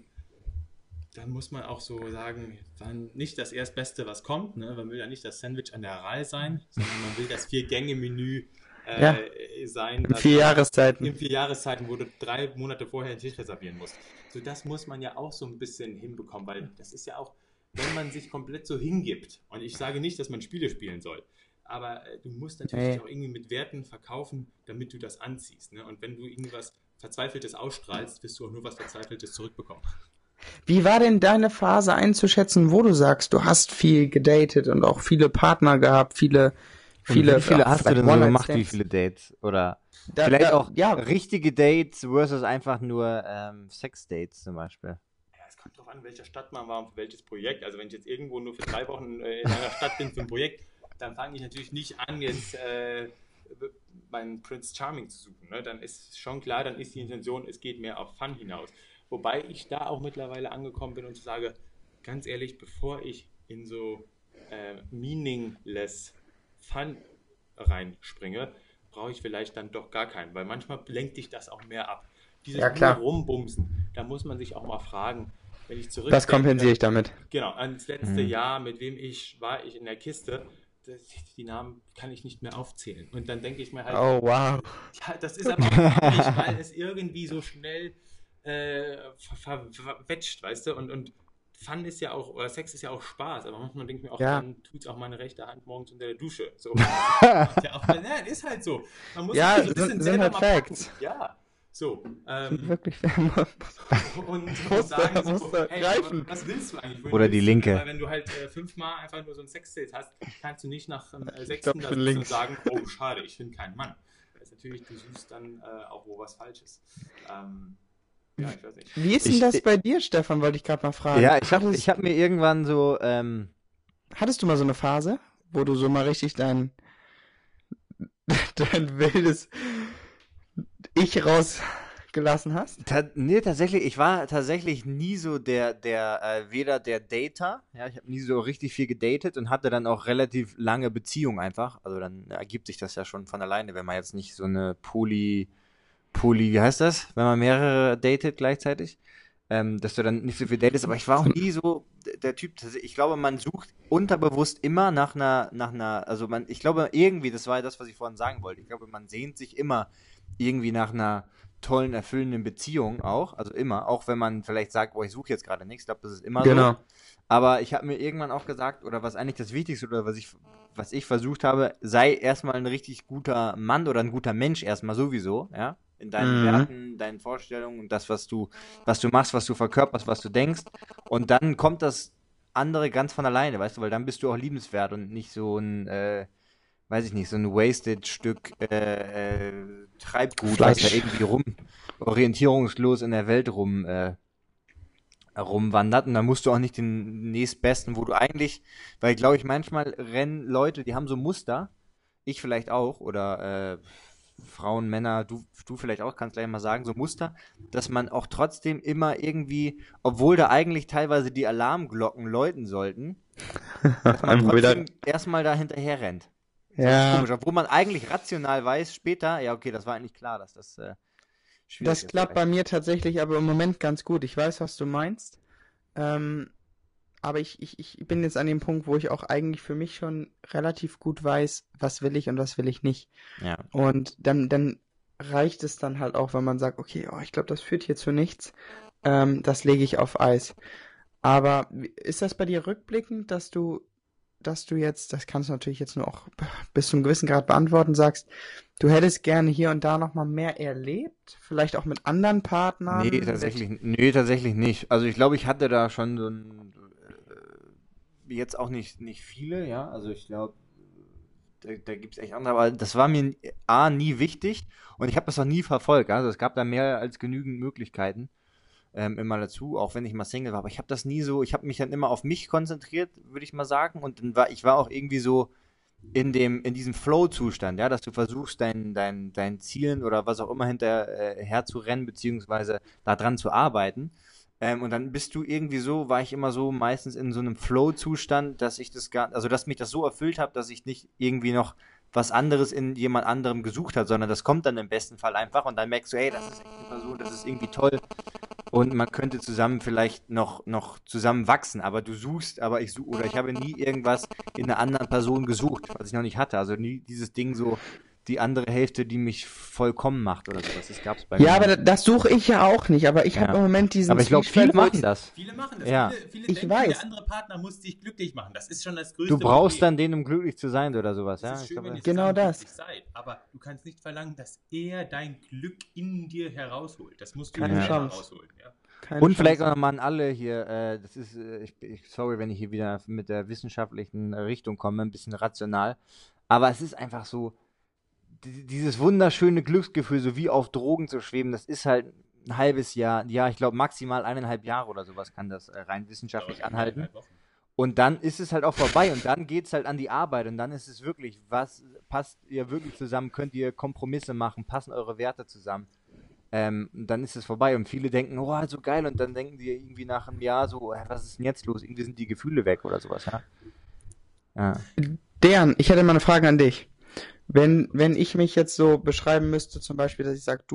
dann muss man auch so sagen, dann nicht das Erstbeste, was kommt. Ne? Man will ja nicht das Sandwich an der Reihe sein, sondern man will das 4-Gänge-Menü Ja. sein. in 4 Jahreszeiten. In 4 Jahreszeiten, wo du 3 Monate vorher den Tisch reservieren musst. So, das muss man ja auch so ein bisschen hinbekommen, weil das ist ja auch, wenn man sich komplett so hingibt, und ich sage nicht, dass man Spiele spielen soll, aber du musst natürlich Nee. auch irgendwie mit Werten verkaufen, damit du das anziehst. Ne? Und wenn du irgendwas Verzweifeltes ausstrahlst, wirst du auch nur was Verzweifeltes zurückbekommen. Wie war denn deine Phase einzuschätzen, wo du sagst, du hast viel gedatet und auch viele Partner gehabt, viele, Und wie viele hast du vielleicht denn so gemacht? Wie One-Night-Stands? viele Dates? Oder Da- vielleicht da- auch ja. richtige Dates versus einfach nur Sex-Dates zum Beispiel. Ja, es kommt drauf an, in welcher Stadt man war und für welches Projekt. Also wenn ich jetzt irgendwo nur für 3 Wochen in einer Stadt bin für ein Projekt, dann fange ich natürlich nicht an, jetzt meinen Prince Charming zu suchen. Ne? Dann ist schon klar, dann ist die Intention, es geht mehr auf Fun hinaus. Wobei ich da auch mittlerweile angekommen bin und sage, ganz ehrlich, bevor ich in so meaningless Fun reinspringe, brauche ich vielleicht dann doch gar keinen, weil manchmal lenkt dich das auch mehr ab. Dieses Ja, klar. nur Rumbumsen, da muss man sich auch mal fragen, wenn ich zurück Das kompensiere ich damit. Genau, ans letzte Jahr, mit wem war ich in der Kiste, die Namen kann ich nicht mehr aufzählen. Und dann denke ich mir halt, Oh, wow. ja, das ist aber auch nicht, weil es irgendwie so schnell verwetscht, weißt du? Und Fun ist ja auch, oder Sex ist ja auch Spaß, aber manchmal denke ich mir auch, Ja. dann tut es auch meine rechte Hand morgens unter der Dusche. So. Ja, ist halt so. Man muss Ja, sich so ein bisschen sind selber halt mal Facts. packen. Ja, so. Wirklich Und Musste- sagen so, musste hey, greifen. aber was willst du eigentlich? Wohin Oder die willst du? linke. Weil wenn du halt 5-mal einfach nur so ein Sexdate hast, kannst du nicht nach dem 6. glaub, da für sitzen und links. sagen, oh schade, ich finde keinen Mann. Das ist natürlich, du suchst dann auch wo was Falsches. Ja, ich weiß nicht. Wie ist denn das bei dir, Stefan, wollte ich gerade mal fragen. Ja, ich hab mir irgendwann so, Hattest du mal so eine Phase, wo du so mal richtig dein wildes Ich rausgelassen hast? nee, tatsächlich, ich war tatsächlich nie so weder der Dater, ja, ich habe nie so richtig viel gedatet und hatte dann auch relativ lange Beziehungen einfach, also dann ergibt sich das ja schon von alleine, wenn man jetzt nicht so eine wie heißt das, wenn man mehrere datet gleichzeitig, dass du dann nicht so viel datest, aber ich war auch nie so der Typ, ich glaube, man sucht unterbewusst immer nach einer, also ich glaube irgendwie, das war ja das, was ich vorhin sagen wollte, ich glaube, man sehnt sich immer irgendwie nach einer tollen, erfüllenden Beziehung auch, also immer, auch wenn man vielleicht sagt, boah, ich suche jetzt gerade nichts, ich glaube, das ist immer so. Aber ich habe mir irgendwann auch gesagt, oder was eigentlich das Wichtigste, oder was ich versucht habe, sei erstmal ein richtig guter Mann oder ein guter Mensch erstmal sowieso, ja, in deinen Werten, deinen Vorstellungen und das, was du machst, was du verkörperst, was du denkst. Und dann kommt das andere ganz von alleine, weißt du, weil dann bist du auch liebenswert und nicht so ein, weiß ich nicht, so ein wasted Stück Treibgut, was da irgendwie orientierungslos in der Welt rumwandert. Und dann musst du auch nicht den nächstbesten, wo du eigentlich, weil glaube ich, manchmal rennen Leute, die haben so Muster, ich vielleicht auch, oder Frauen, Männer, du vielleicht auch, kannst gleich mal sagen, so Muster, dass man auch trotzdem immer irgendwie, obwohl da eigentlich teilweise die Alarmglocken läuten sollten, dass man trotzdem erstmal da hinterher rennt. Das ist komisch, obwohl man eigentlich rational weiß, später, ja okay, das war eigentlich klar, dass das schwierig ist. Das klappt bei mir tatsächlich aber im Moment ganz gut. Ich weiß, was du meinst. Aber ich bin jetzt an dem Punkt, wo ich auch eigentlich für mich schon relativ gut weiß, was will ich und was will ich nicht. Ja. Und dann reicht es dann halt auch, wenn man sagt, okay, ich glaube, das führt hier zu nichts. Das lege ich auf Eis. Aber ist das bei dir rückblickend, dass du jetzt, das kannst du natürlich jetzt nur auch bis zu einem gewissen Grad beantworten, sagst, du hättest gerne hier und da nochmal mehr erlebt? Vielleicht auch mit anderen Partnern? Nee, tatsächlich nicht. Also ich glaube, ich hatte da schon so ein, jetzt auch nicht viele, ja, also ich glaube, da gibt es echt andere, aber das war mir nie wichtig und ich habe das auch nie verfolgt, also es gab da mehr als genügend Möglichkeiten immer dazu, auch wenn ich mal Single war, aber ich habe das nie so, ich habe mich dann immer auf mich konzentriert, würde ich mal sagen, und dann ich war auch irgendwie so in diesem Flow-Zustand, ja, dass du versuchst, deinen Zielen oder was auch immer hinterher zu rennen, beziehungsweise da dran zu arbeiten. Und dann bist du irgendwie so, war ich immer so meistens in so einem Flow-Zustand, dass dass mich das so erfüllt hat, dass ich nicht irgendwie noch was anderes in jemand anderem gesucht habe, sondern das kommt dann im besten Fall einfach und dann merkst du, hey, das ist echt eine Person, das ist irgendwie toll und man könnte zusammen vielleicht noch zusammen wachsen, aber ich habe nie irgendwas in einer anderen Person gesucht, was ich noch nicht hatte, also nie dieses Ding so, die andere Hälfte, die mich vollkommen macht oder sowas. Das gab's bei mir. Ja, aber das suche ich ja auch nicht, aber ich habe im Moment diesen Aber ich glaube, viele machen das. Viele machen das. Ja. Viele Ich denken, weiß. der andere Partner muss dich glücklich machen. Das ist schon das größte Du brauchst Problem. dann den, um glücklich zu sein oder sowas, ja? Es ist schön, wenn ihr Genau zusammen das. glücklich seid, aber du kannst nicht verlangen, dass er dein Glück in dir herausholt. Das musst du Keine selber Chance. rausholen. Ja? Keine Und vielleicht Chance. auch nochmal an alle hier, das ist, sorry, wenn ich hier wieder mit der wissenschaftlichen Richtung komme, ein bisschen rational, aber es ist einfach so, dieses wunderschöne Glücksgefühl, so wie auf Drogen zu schweben, das ist halt ein halbes Jahr, ja, ich glaube maximal 1,5 Jahre oder sowas kann das rein wissenschaftlich anhalten. 1,5 Wochen. Und dann ist es halt auch vorbei und dann geht es halt an die Arbeit und dann ist es wirklich, was passt ihr wirklich zusammen, könnt ihr Kompromisse machen, passen eure Werte zusammen. Dann ist es vorbei und viele denken, oh, so geil und dann denken die irgendwie nach einem Jahr so, was ist denn jetzt los? Irgendwie sind die Gefühle weg oder sowas, ja. Ja. Dejan, ich hätte mal eine Frage an dich. Wenn ich mich jetzt so beschreiben müsste, zum Beispiel, dass ich sage,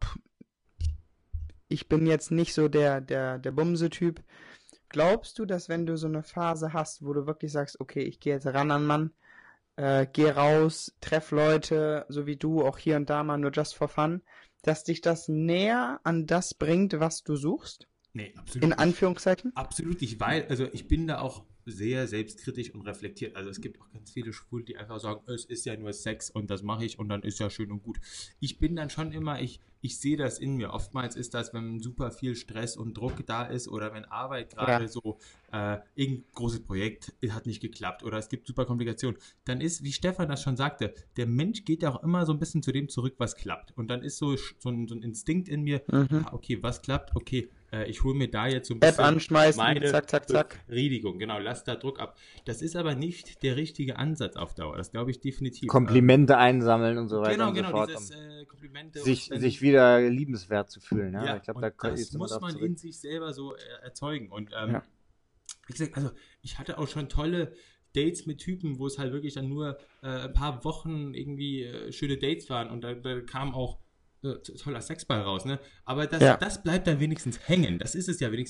ich bin jetzt nicht so der Bumse-Typ, glaubst du, dass wenn du so eine Phase hast, wo du wirklich sagst, okay, ich gehe jetzt ran an Mann, geh raus, treff Leute, so wie du, auch hier und da mal nur just for fun, dass dich das näher an das bringt, was du suchst? Nee, absolut In nicht. Anführungszeichen? Absolut nicht, weil, also ich bin da auch sehr selbstkritisch und reflektiert. Also es gibt auch ganz viele Schwule, die einfach sagen, es ist ja nur Sex und das mache ich und dann ist ja schön und gut. Ich bin dann schon immer, ich sehe das in mir. Oftmals ist das, wenn super viel Stress und Druck da ist oder wenn Arbeit gerade so, irgendein großes Projekt hat nicht geklappt oder es gibt super Komplikationen, dann ist, wie Stefan das schon sagte, der Mensch geht ja auch immer so ein bisschen zu dem zurück, was klappt. Und dann ist so ein Instinkt in mir, okay, was klappt? Okay, ich hole mir da jetzt so ein bisschen App anschmeißen, meine zack, zack, zack. Befriedigung, genau, lass da Druck ab. Das ist aber nicht der richtige Ansatz auf Dauer, das glaube ich definitiv. Komplimente einsammeln und so weiter Genau, und so fort, dieses Komplimente. um und dann- sich wieder liebenswert zu fühlen. Ja? ja, Ich glaube, und da kommt das jetzt immer muss drauf man zurück. in sich selber so erzeugen. Und Ja. wie gesagt, also ich hatte auch schon tolle Dates mit Typen, wo es halt wirklich dann nur ein paar Wochen irgendwie schöne Dates waren und da kam auch toller Sexball raus, ne? Aber das bleibt dann wenigstens hängen. Das ist es ja wenigstens.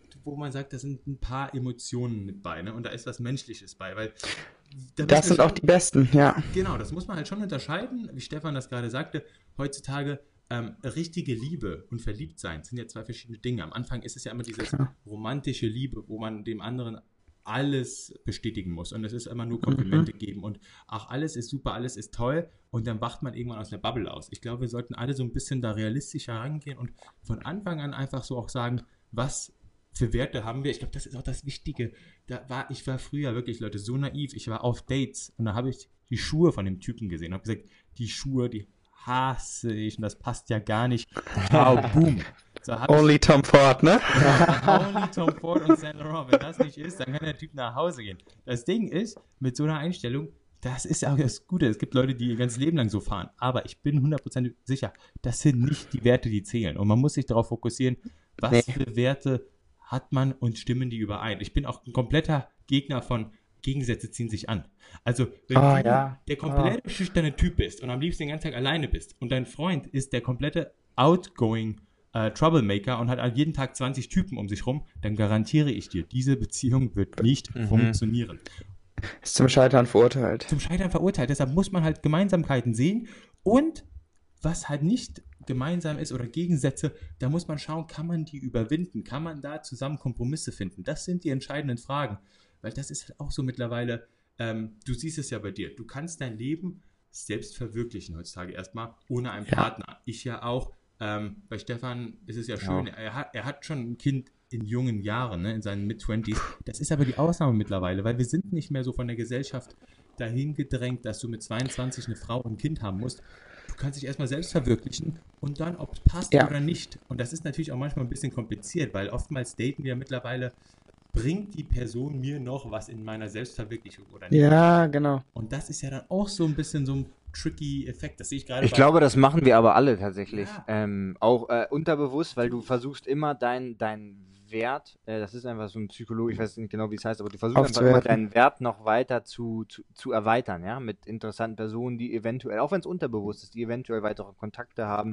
wo man sagt, da sind ein paar Emotionen mit bei, ne? Und da ist was Menschliches bei, weil da Das müssen wir sind auch schon- die besten, ja. Genau, das muss man halt schon unterscheiden, wie Stefan das gerade sagte. Heutzutage richtige Liebe und Verliebtsein sind ja zwei verschiedene Dinge. Am Anfang ist es ja immer dieses romantische Liebe, wo man dem anderen alles bestätigen muss. Und es ist immer nur Komplimente geben und ach, alles ist super, alles ist toll. Und dann wacht man irgendwann aus der Bubble aus. Ich glaube, wir sollten alle so ein bisschen da realistischer rangehen und von Anfang an einfach so auch sagen, was für Werte haben wir. Ich glaube, das ist auch das Wichtige. Ich war früher wirklich, Leute, so naiv. Ich war auf Dates und da habe ich die Schuhe von dem Typen gesehen. Habe gesagt, die Schuhe, die hasse ich und das passt ja gar nicht. Ciao, boom. So hab Only Tom Ford, ne? Only Tom Ford und Saint Laurent. Wenn das nicht ist, dann kann der Typ nach Hause gehen. Das Ding ist, mit so einer Einstellung, das ist ja auch das Gute. Es gibt Leute, die ihr ganzes Leben lang so fahren. Aber ich bin 100% sicher, das sind nicht die Werte, die zählen. Und man muss sich darauf fokussieren, was für Werte hat man und stimmen die überein. Ich bin auch ein kompletter Gegner von Gegensätze ziehen sich an. Also, wenn du der komplette schüchterne Typ bist und am liebsten den ganzen Tag alleine bist und dein Freund ist der komplette outgoing Troublemaker und hat an jeden Tag 20 Typen um sich rum, dann garantiere ich dir, diese Beziehung wird nicht funktionieren. Ist zum Scheitern verurteilt. Zum Scheitern verurteilt. Deshalb muss man halt Gemeinsamkeiten sehen und was halt nicht gemeinsam ist oder Gegensätze, da muss man schauen, kann man die überwinden? Kann man da zusammen Kompromisse finden? Das sind die entscheidenden Fragen. Weil das ist halt auch so mittlerweile, du siehst es ja bei dir, du kannst dein Leben selbst verwirklichen heutzutage erstmal ohne einen Partner. Ich ja auch, bei Stefan ist es ja schön, er hat schon ein Kind in jungen Jahren, ne, in seinen Mid-20s. Das ist aber die Ausnahme mittlerweile, weil wir sind nicht mehr so von der Gesellschaft dahin gedrängt, dass du mit 22 eine Frau und ein Kind haben musst. Du kannst dich erstmal selbst verwirklichen und dann, ob es passt oder nicht. Und das ist natürlich auch manchmal ein bisschen kompliziert, weil oftmals daten wir mittlerweile, bringt die Person mir noch was in meiner Selbstverwirklichung oder nicht? Ja, genau. Und das ist ja dann auch so ein bisschen so ein tricky Effekt. Das sehe ich gerade Ich glaube, das machen wir aber alle tatsächlich. Ja. Auch unterbewusst, weil du versuchst immer deinen Wert, das ist einfach so ein Psychologe, ich weiß nicht genau, wie es heißt, aber du versuchst einfach immer deinen Wert noch weiter zu erweitern, ja, mit interessanten Personen, die eventuell, auch wenn es unterbewusst ist, die eventuell weitere Kontakte haben,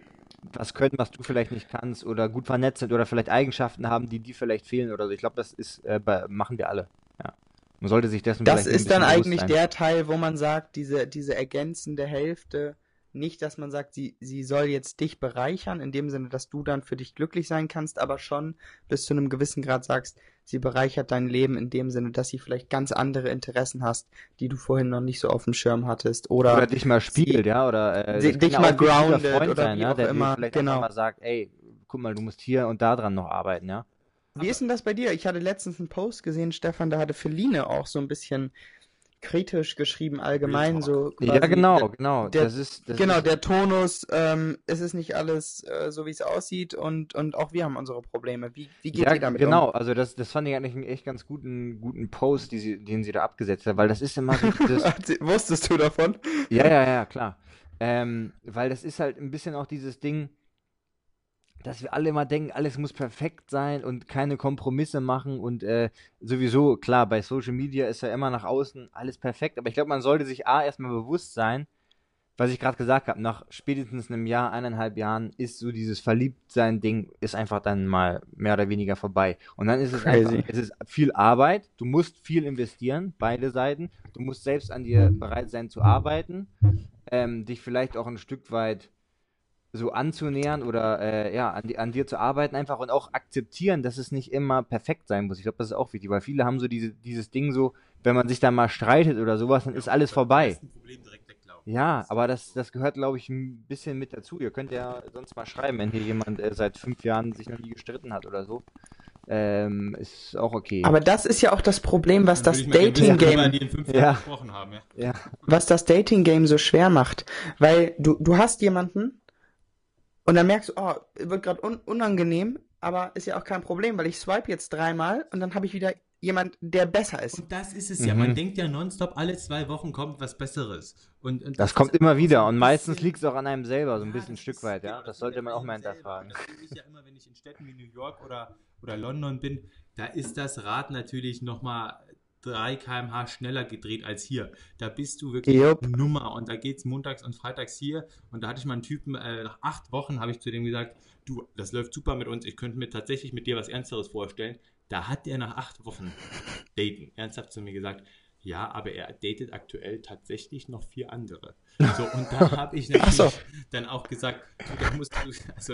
was können, was du vielleicht nicht kannst oder gut vernetzt sind oder vielleicht Eigenschaften haben, die vielleicht fehlen oder so. Ich glaube, das ist, machen wir alle. Ja. Man sollte sich dessen Das vielleicht ein ist dann bisschen bewusst eigentlich sein. der Teil, wo man sagt, diese ergänzende Hälfte, nicht, dass man sagt, sie soll jetzt dich bereichern, in dem Sinne, dass du dann für dich glücklich sein kannst, aber schon bis zu einem gewissen Grad sagst, sie bereichert dein Leben in dem Sinne, dass sie vielleicht ganz andere Interessen hast, die du vorhin noch nicht so auf dem Schirm hattest. Oder dich mal spielt, ja, oder das dich kann ja mal auch ein guter groundet Freund oder sein, wie ja, auch der dir immer, vielleicht genau. einfach mal sagt, ey, guck mal, du musst hier und da dran noch arbeiten, ja. Wie ist denn das bei dir? Ich hatte letztens einen Post gesehen, Stefan, da hatte Feline auch so ein bisschen kritisch geschrieben, allgemein so quasi. Ja, genau. Der Tonus, es ist nicht alles so, wie es aussieht und auch wir haben unsere Probleme. Wie geht ihr damit genau, um? also das fand ich eigentlich einen echt ganz guten Post, den sie da abgesetzt hat, weil das ist immer so dieses, Wusstest du davon? ja, klar. Weil das ist halt ein bisschen auch dieses Ding, dass wir alle immer denken, alles muss perfekt sein und keine Kompromisse machen und sowieso, klar, bei Social Media ist ja immer nach außen alles perfekt, aber ich glaube, man sollte sich erstmal bewusst sein, was ich gerade gesagt habe, nach spätestens einem Jahr, 1,5 Jahren ist so dieses Verliebtsein-Ding ist einfach dann mal mehr oder weniger vorbei. Und dann ist es einfach, es ist viel Arbeit, du musst viel investieren, beide Seiten, du musst selbst an dir bereit sein zu arbeiten, dich vielleicht auch ein Stück weit so anzunähern oder an dir zu arbeiten einfach und auch akzeptieren, dass es nicht immer perfekt sein muss. Ich glaube, das ist auch wichtig, weil viele haben so dieses Ding so, wenn man sich da mal streitet oder sowas, dann ist alles vorbei. Ja, aber das gehört, glaube ich, ein bisschen mit dazu. Ihr könnt ja sonst mal schreiben, wenn hier jemand seit 5 Jahren sich noch nie gestritten hat oder so. Ist auch okay. Aber das ist ja auch das Problem, was das Dating-Game, was das Dating-Game so schwer macht. Weil du hast jemanden und dann merkst du, oh, wird gerade unangenehm, aber ist ja auch kein Problem, weil ich swipe jetzt 3-mal und dann habe ich wieder jemand, der besser ist. Und das ist es ja. Man denkt ja nonstop, alle 2 Wochen kommt was Besseres. Und das kommt immer wieder. Und meistens liegt es auch an einem selber, so ein bisschen ein Stück weit. Ja, das sollte man auch mal hinterfragen. Das sehe ich ja immer, wenn ich in Städten wie New York oder London bin, da ist das Rad natürlich nochmal 3 km/h schneller gedreht als hier. Da bist du wirklich Jupp. Nummer und da geht's montags und freitags hier und da hatte ich mal einen Typen, nach 8 Wochen habe ich zu dem gesagt, du, das läuft super mit uns, ich könnte mir tatsächlich mit dir was Ernsteres vorstellen. Da hat er nach 8 Wochen Daten ernsthaft zu mir gesagt, ja, aber er datet aktuell tatsächlich noch 4 andere. So, und da habe ich natürlich dann auch gesagt, du, da musst du, also,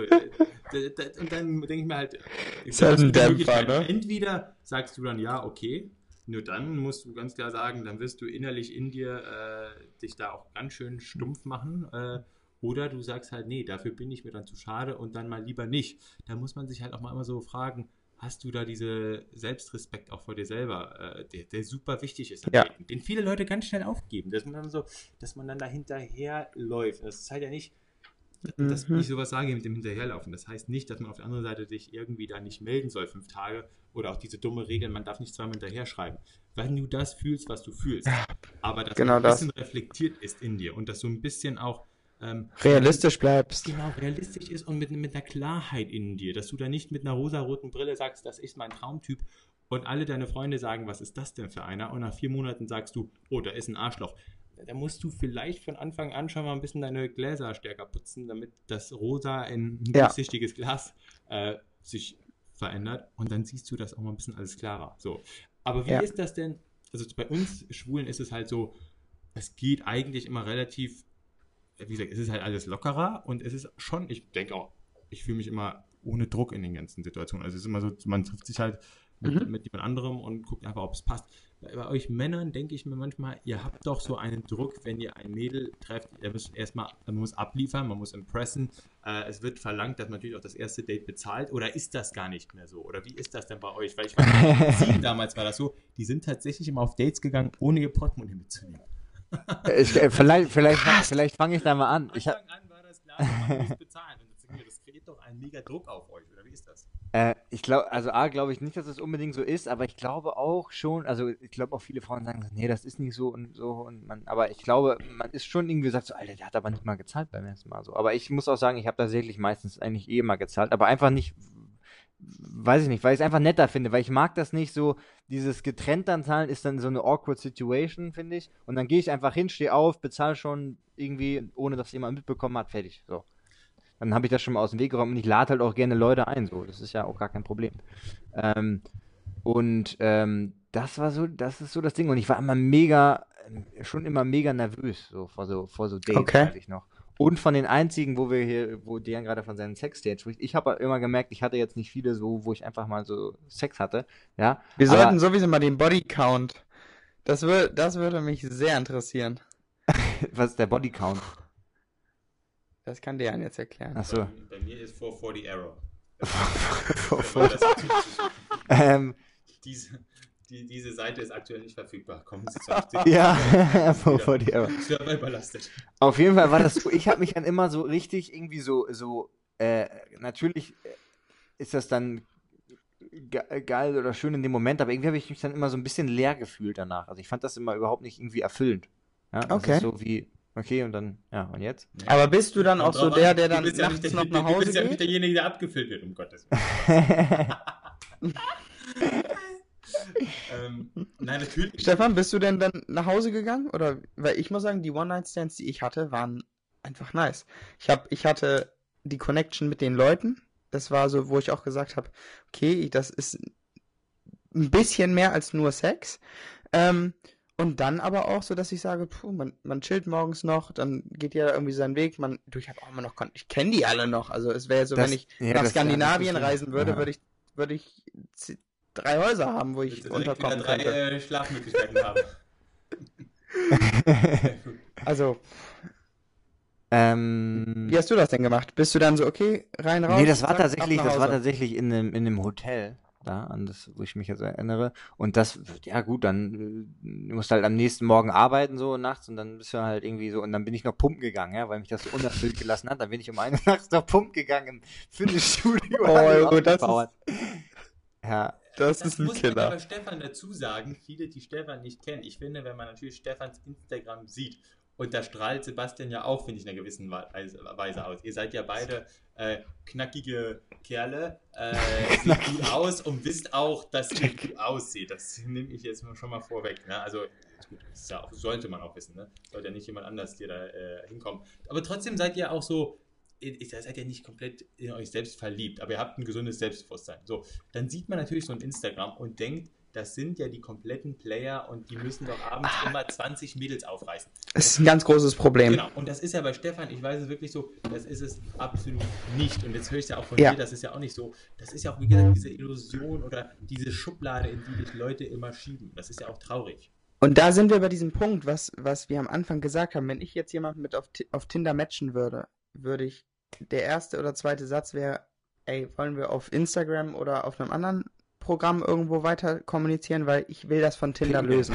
und dann denke ich mir halt, Ist halt ein Dämpfer, ne? Entweder sagst du dann, ja, okay, nur dann musst du ganz klar sagen, dann wirst du innerlich in dir dich da auch ganz schön stumpf machen, oder du sagst halt, nee, dafür bin ich mir dann zu schade und dann mal lieber nicht. Da muss man sich halt auch mal immer so fragen, hast du da diese Selbstrespekt auch vor dir selber, der super wichtig ist, Ja. den viele Leute ganz schnell aufgeben, dass man dann da hinterher läuft. Das ist halt ja nicht, dass ich sowas sage mit dem Hinterherlaufen. Das heißt nicht, dass man auf der anderen Seite sich irgendwie da nicht melden soll 5 Tage oder auch diese dumme Regel, man darf nicht zweimal hinterher schreiben. Wenn du das fühlst, was du fühlst, aber dass Genau man ein bisschen das. reflektiert ist in dir und dass du ein bisschen auch Realistisch bleibst. genau realistisch ist und mit einer Klarheit in dir, dass du da nicht mit einer rosaroten Brille sagst, das ist mein Traumtyp und alle deine Freunde sagen, was ist das denn für einer und nach 4 Monaten sagst du, oh, da ist ein Arschloch. Da musst du vielleicht von Anfang an schon mal ein bisschen deine Gläser stärker putzen, damit das Rosa in ein Ja. durchsichtiges Glas sich verändert und dann siehst du das auch mal ein bisschen alles klarer. So. Aber wie Ja. ist das denn? Also bei uns Schwulen ist es halt so, es geht eigentlich immer relativ, wie gesagt, es ist halt alles lockerer und es ist schon, ich denke auch, ich fühle mich immer ohne Druck in den ganzen Situationen. Also es ist immer so, man trifft sich halt mit jemand anderem und guckt einfach, ob es passt. Bei euch Männern denke ich mir manchmal, ihr habt doch so einen Druck, wenn ihr ein Mädel trefft, ihr müsst erstmal, man muss abliefern, man muss impressen, es wird verlangt, dass man natürlich auch das erste Date bezahlt, oder ist das gar nicht mehr so? Oder wie ist das denn bei euch? Weil ich weiß, damals war das so, die sind tatsächlich immer auf Dates gegangen, ohne ihr Portemonnaie mitzunehmen. Vielleicht fange ich da mal an. Von Anfang an war das klar, man muss bezahlen. Und das kreiert doch einen mega Druck auf euch, oder wie ist das? Ich glaube, also glaube ich nicht, dass es unbedingt so ist, aber ich glaube auch schon, also ich glaube auch viele Frauen sagen, nee, das ist nicht so und so und aber ich glaube, man ist schon irgendwie sagt so, Alter, der hat aber nicht mal gezahlt beim ersten Mal so. Aber ich muss auch sagen, ich habe tatsächlich meistens eigentlich mal gezahlt, aber einfach nicht, weiß ich nicht, weil ich es einfach netter finde, weil ich mag das nicht so, dieses getrennt dann zahlen ist dann so eine awkward Situation, finde ich. Und dann gehe ich einfach hin, stehe auf, bezahle schon irgendwie, ohne dass jemand mitbekommen hat, fertig. So. Dann habe ich das schon mal aus dem Weg geräumt und ich lade halt auch gerne Leute ein, so. Das ist ja auch gar kein Problem. Das ist so das Ding. Und ich war schon immer mega nervös, so vor so Dates, Okay. weiß ich noch. Und von den einzigen, wo Dejan gerade von seinen Sexdates spricht, ich habe immer gemerkt, ich hatte jetzt nicht viele so, wo ich einfach mal so Sex hatte, ja. Wir Aber- sollten sowieso mal den Bodycount. Das würde mich sehr interessieren. Was ist der Bodycount? Das kann Dejan jetzt erklären. Achso. Bei mir ist 440 Error. Diese Seite ist aktuell nicht verfügbar. Kommen Sie zu Ja, vor dir. Server überlastet. Auf jeden Fall war das so, ich habe mich dann immer so richtig irgendwie natürlich ist das dann geil oder schön in dem Moment, aber irgendwie habe ich mich dann immer so ein bisschen leer gefühlt danach. Also ich fand das immer überhaupt nicht irgendwie erfüllend. Ja, das Okay. ist so wie, okay, und dann, ja, und jetzt? Aber bist du dann auch so der dann Du bist ja nachts nicht noch nach Du Hause bist ja nicht geht? derjenige, der abgefüllt wird, um Gottes Willen. Nein, natürlich. Stefan, bist du denn dann nach Hause gegangen? Oder, weil ich muss sagen, die One-Night-Stands, die ich hatte, waren einfach nice. Ich hatte die Connection mit den Leuten. Das war so, wo ich auch gesagt habe, okay, das ist ein bisschen mehr als nur Sex. Und dann aber auch so, dass ich sage, puh, man chillt morgens noch, dann geht ja irgendwie seinen Weg. Ich habe auch immer noch, ich kenne die alle noch. Also es wäre so, Das- wenn ich ja, nach das- Skandinavien das ist- reisen würde, ja. würde ich 3 Häuser haben, wo ich Willst du direkt wieder unterkommen 3 könnte. Schlafmöglichkeiten haben. Also, Ähm, wie hast du das denn gemacht? Bist du dann so, okay, rein, raus? nee, das war zack, ab tatsächlich, nach das war Hause? tatsächlich in einem Hotel, da, an das, wo ich mich jetzt erinnere. Und das, ja gut, dann musst du halt am nächsten Morgen arbeiten, so nachts, und dann bist du halt irgendwie so, und dann bin ich noch pumpen gegangen, ja, weil mich das so unerfüllt gelassen hat. Dann bin ich um 1 Uhr nachts noch pumpen gegangen im Fitnessstudio. Oh, alles Junge, das aufgebaut. Ja, Das ist ein muss man Killer. aber Stefan dazu sagen, viele, die Stefan nicht kennen. Ich finde, wenn man natürlich Stefans Instagram sieht Und da strahlt Sebastian ja auch, finde ich, in einer gewissen Weise aus. Ihr seid ja beide knackige Kerle, seht gut aus und wisst auch, dass ihr gut aussieht. Das nehme ich jetzt schon mal vorweg. Ne? Also, gut, das ist ja auch, sollte man auch wissen. Ne? Sollte ja nicht jemand anders dir da hinkommen. Aber trotzdem seid ihr auch so, ihr seid ja nicht komplett in euch selbst verliebt, aber ihr habt ein gesundes Selbstbewusstsein. So, dann sieht man natürlich so ein Instagram und denkt, das sind ja die kompletten Player und die müssen doch abends immer 20 Mädels aufreißen. Das ist ein ganz großes Problem. Genau, und das ist ja bei Stefan, ich weiß es wirklich so, das ist es absolut nicht. Und jetzt höre ich es ja auch von dir, das ist ja auch nicht so. Das ist ja auch, wie gesagt, diese Illusion oder diese Schublade, in die dich Leute immer schieben. Das ist ja auch traurig. Und da sind wir bei diesem Punkt, was wir am Anfang gesagt haben. Wenn ich jetzt jemanden mit auf Tinder matchen würde ich, der erste oder zweite Satz wäre, ey, wollen wir auf Instagram oder auf einem anderen Programm irgendwo weiter kommunizieren, weil ich will das von Tinder lösen.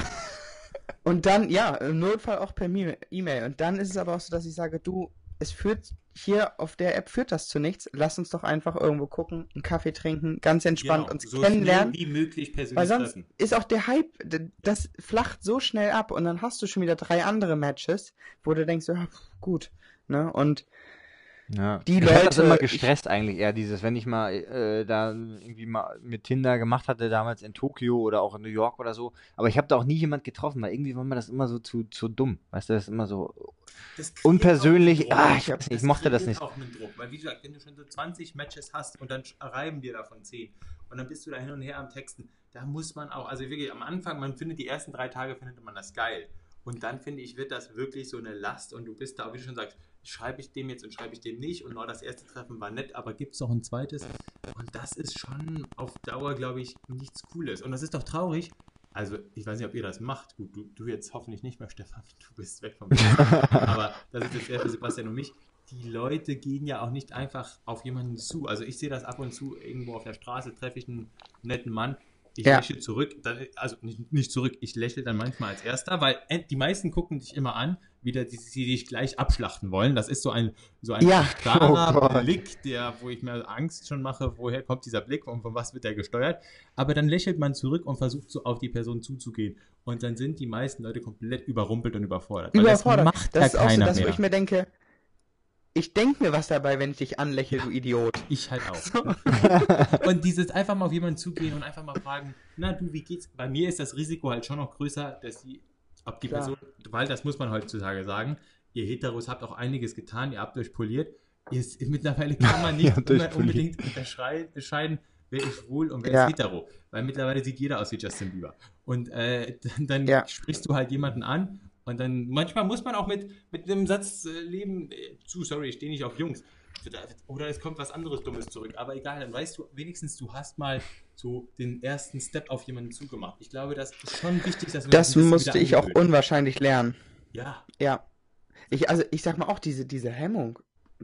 Und dann, ja, im Notfall auch per E-Mail. Und dann ist es aber auch so, dass ich sage, es führt hier auf der App führt das zu nichts. Lass uns doch einfach irgendwo gucken, einen Kaffee trinken, ganz entspannt uns so kennenlernen. Schnell wie möglich persönlich weil sonst treffen. ist auch der Hype, das flacht so schnell ab und dann hast du schon wieder 3 andere Matches, wo du denkst, ja, gut, ne? Und ja. die ich Leute... hab das immer gestresst eigentlich eher, wenn ich mal da irgendwie mal mit Tinder gemacht hatte, damals in Tokio oder auch in New York oder so, aber ich habe da auch nie jemand getroffen, weil irgendwie war mir das immer so zu dumm, weißt du, das ist immer so unpersönlich, ich mochte das nicht. Auch einen Druck, weil wie gesagt, wenn du schon so 20 Matches hast und dann schreiben dir davon 10 und dann bist du da hin und her am Texten, da muss man auch, also wirklich am Anfang, man findet die ersten 3 Tage, findet man das geil und dann finde ich, wird das wirklich so eine Last und du bist da, wie du schon sagst, schreibe ich dem jetzt und schreibe ich dem nicht und das erste Treffen war nett, aber gibt es noch ein zweites und das ist schon auf Dauer, glaube ich, nichts Cooles und das ist doch traurig. Also, ich weiß nicht, ob ihr das macht. Gut, du jetzt hoffentlich nicht mehr, Stefan. Du bist weg von mir. Aber das ist jetzt eher für Sebastian und mich. Die Leute gehen ja auch nicht einfach auf jemanden zu. Also, ich sehe das ab und zu irgendwo auf der Straße, treffe ich einen netten Mann. Ich lächle zurück. Also, nicht zurück. Ich lächle dann manchmal als Erster, weil die meisten gucken dich immer an, sie dich gleich abschlachten wollen. Das ist so ein klarer Blick, wo ich mir Angst schon mache, woher kommt dieser Blick und von was wird der gesteuert. Aber dann lächelt man zurück und versucht so auf die Person zuzugehen. Und dann sind die meisten Leute komplett überrumpelt und überfordert. Das macht das ist auch so das, wo ich mir denke, ich denke mir was dabei, wenn ich dich anlächle, du Idiot. Ich halt auch. Und dieses einfach mal auf jemanden zugehen und einfach mal fragen, na du, wie geht's? Bei mir ist das Risiko halt schon noch größer, dass ob die Person, weil das muss man heutzutage sagen, ihr Heteros habt auch einiges getan, ihr habt euch poliert. Mittlerweile kann man nicht unbedingt unterscheiden, wer ist schwul und wer ist hetero. Weil mittlerweile sieht jeder aus wie Justin Bieber. Und dann sprichst du halt jemanden an und dann manchmal muss man auch mit dem Satz leben, sorry, ich stehe nicht auf Jungs. Oder es kommt was anderes Dummes zurück. Aber egal, dann weißt du wenigstens, du hast mal so den ersten Step auf jemanden zugemacht. Ich glaube, das ist schon wichtig, dass wir das musste ich auch unwahrscheinlich lernen. Ja. Ja. Ich sag mal auch diese Hemmung.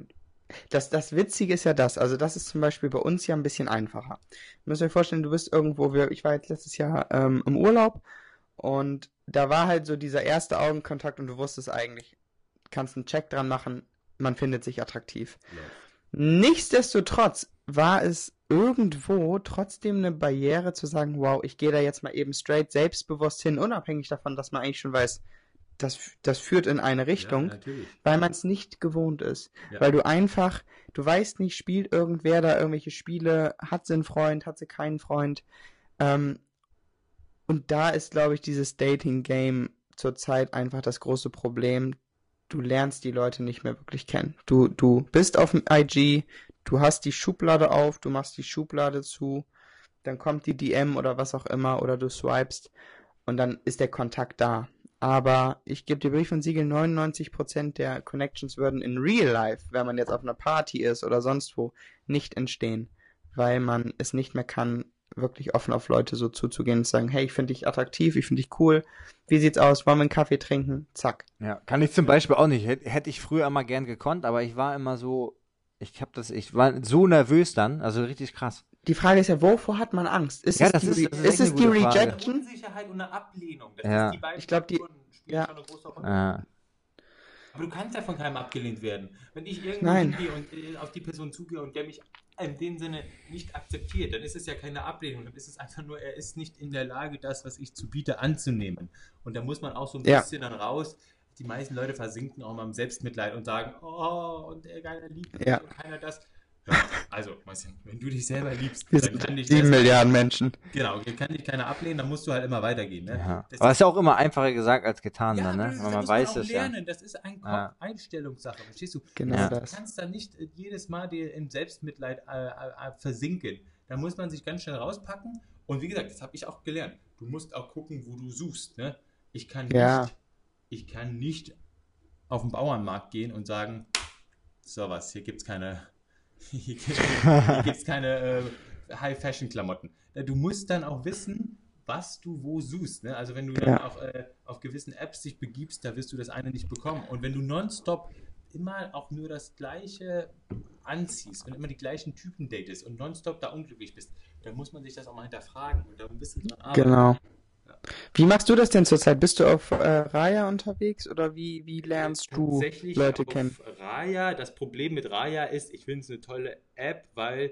Das Witzige ist ja das. Also das ist zum Beispiel bei uns ja ein bisschen einfacher. Ihr müsst euch vorstellen, du bist irgendwo, ich war jetzt letztes Jahr im Urlaub und da war halt so dieser erste Augenkontakt und du wusstest eigentlich, kannst einen Check dran machen, man findet sich attraktiv. Ja. Nichtsdestotrotz war es irgendwo trotzdem eine Barriere zu sagen, wow, ich gehe da jetzt mal eben straight selbstbewusst hin, unabhängig davon, dass man eigentlich schon weiß, das führt in eine Richtung, weil man es nicht gewohnt ist. Ja. Weil du weißt nicht, spielt irgendwer da irgendwelche Spiele, hat sie einen Freund, hat sie keinen Freund. Und da ist, glaube ich, dieses Dating-Game zurzeit einfach das große Problem. Du lernst die Leute nicht mehr wirklich kennen. Du bist auf dem IG, du hast die Schublade auf, du machst die Schublade zu, dann kommt die DM oder was auch immer oder du swipest und dann ist der Kontakt da. Aber ich gebe dir Brief und Siegel, 99% der Connections würden in Real Life, wenn man jetzt auf einer Party ist oder sonst wo, nicht entstehen, weil man es nicht mehr kann, wirklich offen auf Leute so zuzugehen und zu sagen, hey, ich finde dich attraktiv, ich finde dich cool, wie sieht's aus, wollen wir einen Kaffee trinken? Zack. Ja, kann ich zum Beispiel auch nicht. Hätte ich früher immer gern gekonnt, aber ich war immer so, ich war so nervös dann, also richtig krass. Die Frage ist ja, wovor hat man Angst? Ist es die Rejection? Unsicherheit und eine Ablehnung. Das ist die beiden spielen schon eine große Rolle. Ja. Aber du kannst ja von keinem abgelehnt werden. Wenn ich irgendwo hingehe und auf die Person zugehe und der mich in dem Sinne nicht akzeptiert, dann ist es ja keine Ablehnung, dann ist es einfach nur, er ist nicht in der Lage, das, was ich zu biete, anzunehmen. Und da muss man auch so ein bisschen dann raus, die meisten Leute versinken auch mal im Selbstmitleid und sagen, oh, und keiner liebt mich Ja. und keiner das. Ja, also, Marcin, wenn du dich selber liebst, Wir dann sind kann dich 7 Milliarden Menschen. Genau, kann dich keiner ablehnen, dann musst du halt immer weitergehen. Ne? Ja. Das Aber es ist ja auch immer einfacher gesagt als getan, ja, dann, ne? aber das Weil muss man man weiß auch es ja. lernen. Das ist eine Ja. Einstellungssache, verstehst du? Genau Ja. Du das. kannst da nicht jedes Mal dir im Selbstmitleid versinken. Da muss man sich ganz schnell rauspacken. Und wie gesagt, das habe ich auch gelernt. Du musst auch gucken, wo du suchst. Ne? Ich kann nicht auf den Bauernmarkt gehen und sagen, so was, hier gibt es keine, hier gibt's keine High-Fashion-Klamotten. Du musst dann auch wissen, was du wo suchst. Ne? Also wenn du dann auch auf gewissen Apps dich begibst, da wirst du das eine nicht bekommen. Und wenn du nonstop immer auch nur das Gleiche anziehst und immer die gleichen Typen datest und nonstop da unglücklich bist, dann muss man sich das auch mal hinterfragen und da ein bisschen dran arbeiten. Genau. Wie machst du das denn zurzeit? Bist du auf Raya unterwegs oder wie lernst du Tatsächlich Leute auf kennen? Raya. Das Problem mit Raya ist, ich finde es eine tolle App, weil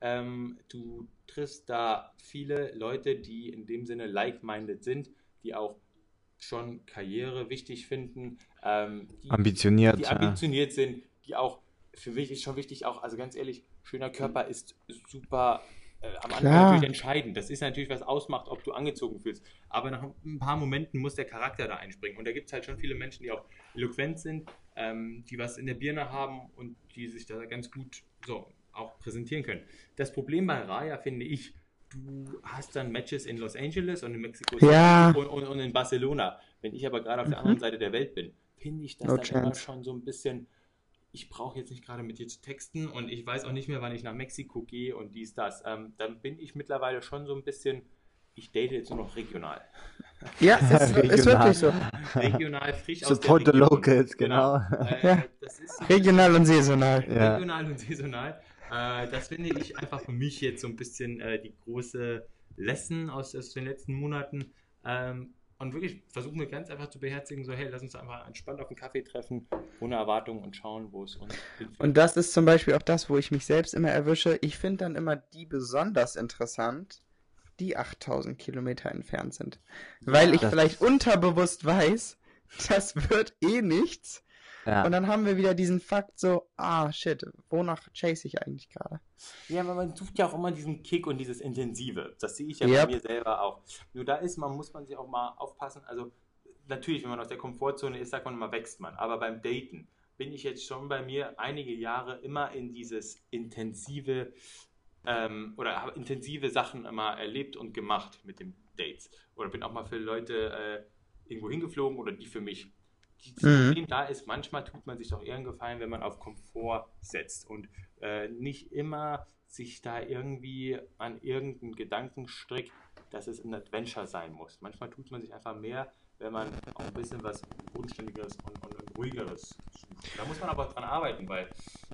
du triffst da viele Leute, die in dem Sinne like-minded sind, die auch schon Karriere wichtig finden, die ambitioniert sind, die auch, für mich ist schon wichtig, auch, also ganz ehrlich, schöner Körper ist super am Anfang Klar. natürlich entscheidend. Das ist natürlich, was ausmacht, ob du angezogen fühlst. Aber nach ein paar Momenten muss der Charakter da einspringen. Und da gibt es halt schon viele Menschen, die auch eloquent sind, die was in der Birne haben und die sich da ganz gut so auch präsentieren können. Das Problem bei Raya finde ich, du hast dann Matches in Los Angeles und in Mexiko Ja. und in Barcelona. Wenn ich aber gerade auf der anderen Seite der Welt bin, finde ich das No dann immer chance. schon so ein bisschen, ich brauche jetzt nicht gerade mit dir zu texten und ich weiß auch nicht mehr, wann ich nach Mexiko gehe und dies, das. Dann bin ich mittlerweile schon so ein bisschen, ich date jetzt nur noch regional. Ja, ist wirklich so. Regional, frisch aus der Support the Region. locals, genau. Ja. Das ist so Regional und saisonal. Ja. regional und saisonal. Das finde ich einfach für mich jetzt so ein bisschen die große Lesson aus den letzten Monaten. Und wirklich versuchen wir ganz einfach zu beherzigen, so hey, lass uns einfach entspannt auf einen Kaffee treffen, ohne Erwartungen und schauen, wo es uns hinführt. Und das ist zum Beispiel auch das, wo ich mich selbst immer erwische. Ich finde dann immer die besonders interessant, die 8000 Kilometer entfernt sind. Weil ich das- vielleicht unterbewusst weiß, das wird eh nichts. Ja. Und dann haben wir wieder diesen Fakt so, shit, wonach chase ich eigentlich gerade? Ja, aber man sucht ja auch immer diesen Kick und dieses Intensive. Das sehe ich ja Yep. bei mir selber auch. Nur da muss man sich auch mal aufpassen. Also natürlich, wenn man aus der Komfortzone ist, sagt man immer, wächst man. Aber beim Daten bin ich jetzt schon bei mir einige Jahre immer in dieses intensive oder habe intensive Sachen immer erlebt und gemacht mit den Dates. Oder bin auch mal für Leute irgendwo hingeflogen oder die für mich. Das Problem da ist, manchmal tut man sich doch eher einen Gefallen, wenn man auf Komfort setzt und nicht immer sich da irgendwie an irgendeinen Gedanken strickt, dass es ein Adventure sein muss. Manchmal tut man sich einfach mehr, wenn man auch ein bisschen was Bodenständigeres und Ruhigeres sucht. Da muss man aber dran arbeiten, weil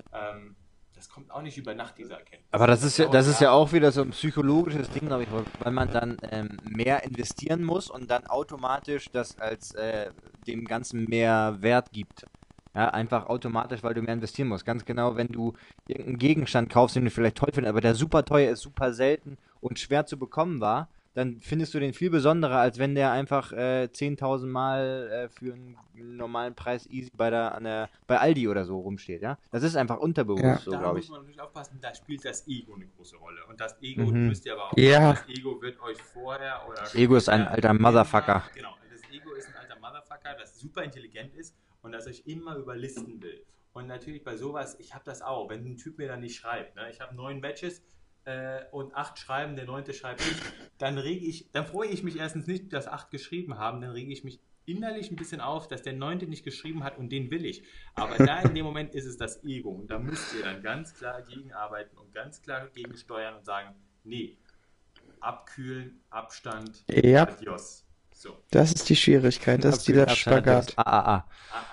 das kommt auch nicht über Nacht, diese Erkenntnis. Aber das ist dauert ja auch wieder so ein psychologisches Ding, glaube ich, weil man dann mehr investieren muss und dann automatisch das als dem Ganzen mehr Wert gibt. Ja, einfach automatisch, weil du mehr investieren musst. Ganz genau, wenn du irgendeinen Gegenstand kaufst, den du vielleicht toll findest, aber der super teuer ist, super selten und schwer zu bekommen war, dann findest du den viel besonderer, als wenn der einfach 10.000 Mal für einen normalen Preis easy bei Aldi oder so rumsteht, ja. Das ist einfach unterbewusst Ja. so, da glaube muss ich. man natürlich aufpassen, da spielt das Ego eine große Rolle. Und das Ego, müsst ihr aber auch Ja. das Ego wird euch vorher oder Das Ego ist ein später alter Motherfucker. Immer, genau, das Ego ist ein alter Motherfucker, das super intelligent ist und das euch immer überlisten will. Und natürlich bei sowas, ich habe das auch, wenn ein Typ mir dann nicht schreibt, ne? Ich habe 9 Matches und 8 schreiben, der 9. schreibt nicht, dann freue ich mich erstens nicht, dass 8 geschrieben haben, dann rege ich mich innerlich ein bisschen auf, dass der 9. nicht geschrieben hat und den will ich. Aber da in dem Moment ist es das Ego und da müsst ihr dann ganz klar gegenarbeiten und ganz klar gegensteuern und sagen, nee, abkühlen, Abstand, Ja. adios. So. Das ist die Schwierigkeit, das ist dieser Spagat. Ah.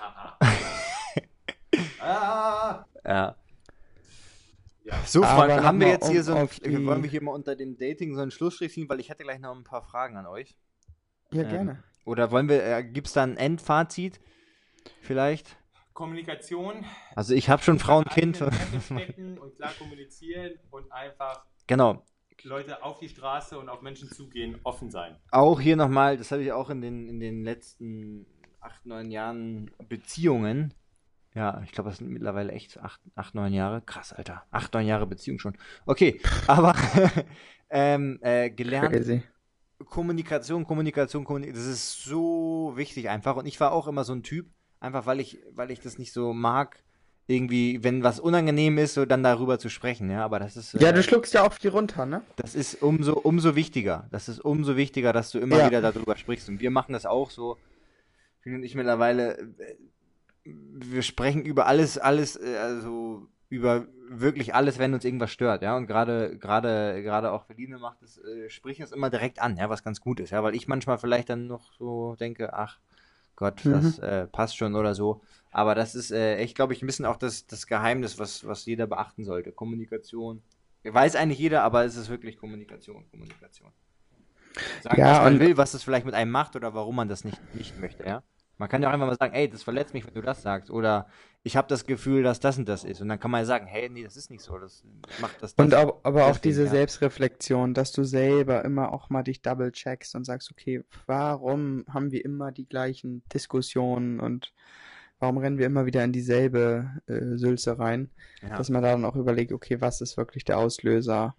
Ah! Ja. Ja. So, Aber Freunde, haben wir nochmal jetzt hier so auf die- wollen wir hier mal unter dem Dating so einen Schlussstrich ziehen, weil ich hätte gleich noch ein paar Fragen an euch. Ja, gerne. Oder gibt es da ein Endfazit vielleicht? Kommunikation, Also ich habe schon Frau und Kind. eigene Werte stecken und klar kommunizieren und einfach Genau. Leute auf die Straße und auf Menschen zugehen, offen sein. Auch hier nochmal, das habe ich auch in den letzten 8, 9 Jahren Beziehungen, ja, ich glaube, das sind mittlerweile echt 8, 9 Jahre, krass, Alter, 8, 9 Jahre Beziehung schon, okay, aber gelernt, Crazy. Kommunikation, das ist so wichtig einfach. Und ich war auch immer so ein Typ, einfach weil ich das nicht so mag, irgendwie, wenn was unangenehm ist, so dann darüber zu sprechen, ja, aber das ist, Ja, du schluckst ja auch viel runter, ne? das ist umso wichtiger. Das ist umso wichtiger, dass du immer Ja. wieder darüber sprichst. Und wir machen das auch so, Phil und ich mittlerweile, wir sprechen über alles, also über wirklich alles, wenn uns irgendwas stört, ja. Und gerade auch Feline macht es, spricht es immer direkt an, ja, was ganz gut ist, ja, weil ich manchmal vielleicht dann noch so denke, ach Gott, das passt schon oder so. Aber das ist echt, glaube ich, ein bisschen auch das Geheimnis, was jeder beachten sollte. Kommunikation. Weiß eigentlich jeder, aber es ist wirklich Kommunikation. Sagen, Ja, was man und- will, was es vielleicht mit einem macht oder warum man das nicht möchte, ja. Man kann ja auch einfach mal sagen, ey, das verletzt mich, wenn du das sagst. Oder ich habe das Gefühl, dass das und das ist. Und dann kann man ja sagen, hey, nee, das ist nicht so. Das macht das. Und aber auch deswegen, diese ja. Selbstreflexion, dass du selber immer auch mal dich double checkst und sagst, okay, warum haben wir immer die gleichen Diskussionen und warum rennen wir immer wieder in dieselbe Sülze rein? Ja. Dass man da dann auch überlegt, okay, was ist wirklich der Auslöser?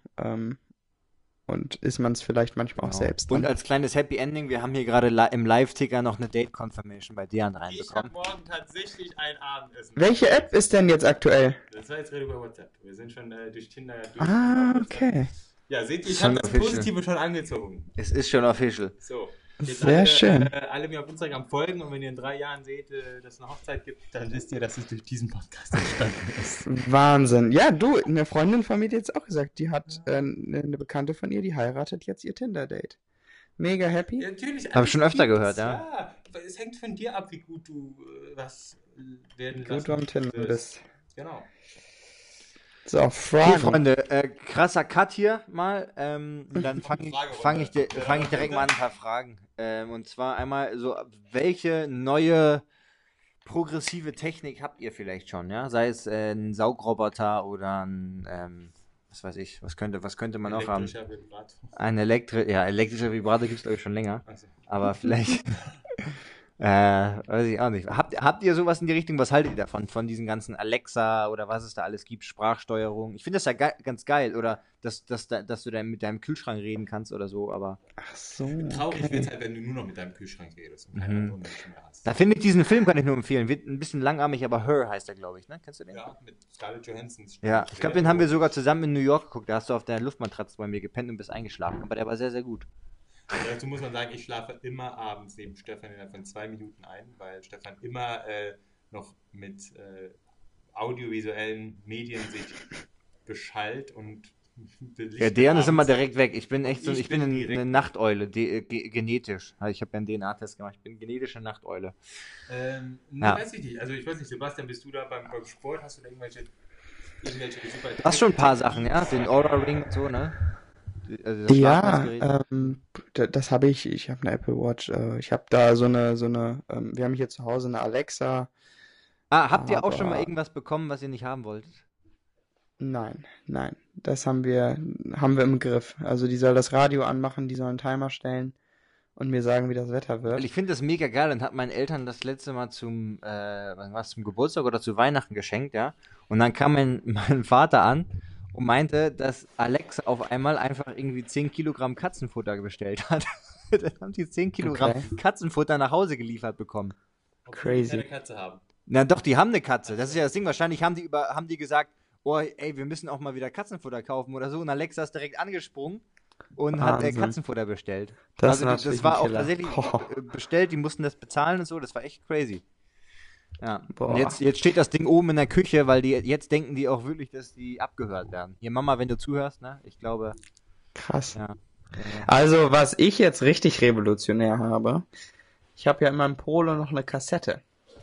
Und ist man es vielleicht manchmal auch Genau. selbst? Und dann? als kleines Happy Ending, wir haben hier gerade im Live-Ticker noch eine Date-Confirmation bei Dejan Ich habe reinbekommen. morgen tatsächlich ein Abendessen. Welche App ist denn jetzt aktuell? Das war jetzt gerade über WhatsApp. Wir sind schon durch Tinder durch. Ah, okay. Ja, seht ihr, ich Schon habe das official. Positive schon angezogen. Es ist schon official. So. Jetzt Sehr schön. Alle mir auf Instagram folgen und wenn ihr in 3 Jahren seht, dass es eine Hochzeit gibt, dann wisst ihr, dass es durch diesen Podcast entstanden ist. Wahnsinn. Ja, du, eine Freundin von mir hat jetzt auch gesagt, die hat eine Bekannte von ihr, die heiratet jetzt ihr Tinder-Date. Mega happy. Ja, natürlich. Hab ich schon öfter gibt's, gehört, ja. Es hängt von dir ab, wie gut du was werden Gut du am Tinder bist. Genau. So, Okay, Fragen. Freunde, krasser Cut hier mal. Dann fange Frage fang ich direkt mal an ein paar Fragen. Und zwar einmal so, welche neue progressive Technik habt ihr vielleicht schon, ja? Sei es ein Saugroboter oder ein, was weiß ich, was könnte man noch haben? Elektrischer Vibrator. Ein elektrischer Vibrator gibt es glaube ich schon länger. Also, Aber vielleicht, weiß ich auch nicht. Habt ihr sowas in die Richtung? Was haltet ihr davon? Von diesen ganzen Alexa oder was es da alles gibt, Sprachsteuerung? Ich finde das ja ganz geil. Oder dass du dann mit deinem Kühlschrank reden kannst oder so, aber Ach so. traurig Okay. wird es halt, wenn du nur noch mit deinem Kühlschrank redest und keine anderen Menschen mehr hast. da finde ich diesen Film, kann ich nur empfehlen. Wird ein bisschen langatmig, aber Her heißt er, glaube ich, ne? Kennst du den? Ja, mit Scarlett Johansson. Ja, ich glaube, den haben wir sogar zusammen in New York geguckt. Da hast du auf der Luftmatratze bei mir gepennt und bist eingeschlafen. Aber der war sehr, sehr gut. Dazu muss man sagen, ich schlafe immer abends neben Stefan innerhalb von 2 Minuten ein, weil Stefan immer noch mit audiovisuellen Medien sich beschallt und belichtet Ja, Dejan ist immer abends. direkt weg. Ich bin echt so, Ich ich bin bin eine direkt- Nachteule, genetisch. Ich habe ja einen DNA-Test gemacht. Ich bin genetische Nachteule. Nee, Ja. weiß ich nicht. Also ich weiß nicht, Sebastian, bist du da beim Sport? Hast du da irgendwelche super... Du hast schon ein paar Sachen, ja? Den Aura Ring und so, ne? Also das Ja, Schlafmessgerät. das habe ich. Ich habe eine Apple Watch. Ich habe da so eine, wir haben hier zu Hause eine Alexa. Habt ihr auch schon mal aber- irgendwas bekommen, was ihr nicht haben wolltet? Nein, das haben wir im Griff. Also die soll das Radio anmachen, die soll einen Timer stellen und mir sagen, wie das Wetter Weil wird. ich finde das mega geil und hat meinen Eltern das letzte Mal zum Geburtstag oder zu Weihnachten geschenkt, ja. Und dann kam mein Vater an und meinte, dass Alexa auf einmal einfach irgendwie 10 Kilogramm Katzenfutter bestellt hat. Dann haben die 10 Kilogramm Okay. Katzenfutter nach Hause geliefert bekommen. Obwohl die Crazy. keine Katze haben. Na doch, die haben eine Katze. Das ist ja das Ding. Wahrscheinlich haben die gesagt, oh, ey, wir müssen auch mal wieder Katzenfutter kaufen oder so. Und Alexa ist direkt angesprungen und hat Wahnsinn. Katzenfutter bestellt. Das ist Also natürlich das war ein auch Killer. tatsächlich bestellt, die mussten das bezahlen und so, das war echt crazy. Ja. Boah. Und jetzt steht das Ding oben in der Küche, weil jetzt denken die auch wirklich, dass die abgehört werden. Hier, Mama, wenn du zuhörst, ne? Ich glaube, Krass. ja. Also, was ich jetzt richtig revolutionär habe, ich habe ja in meinem Polo noch eine Kassette.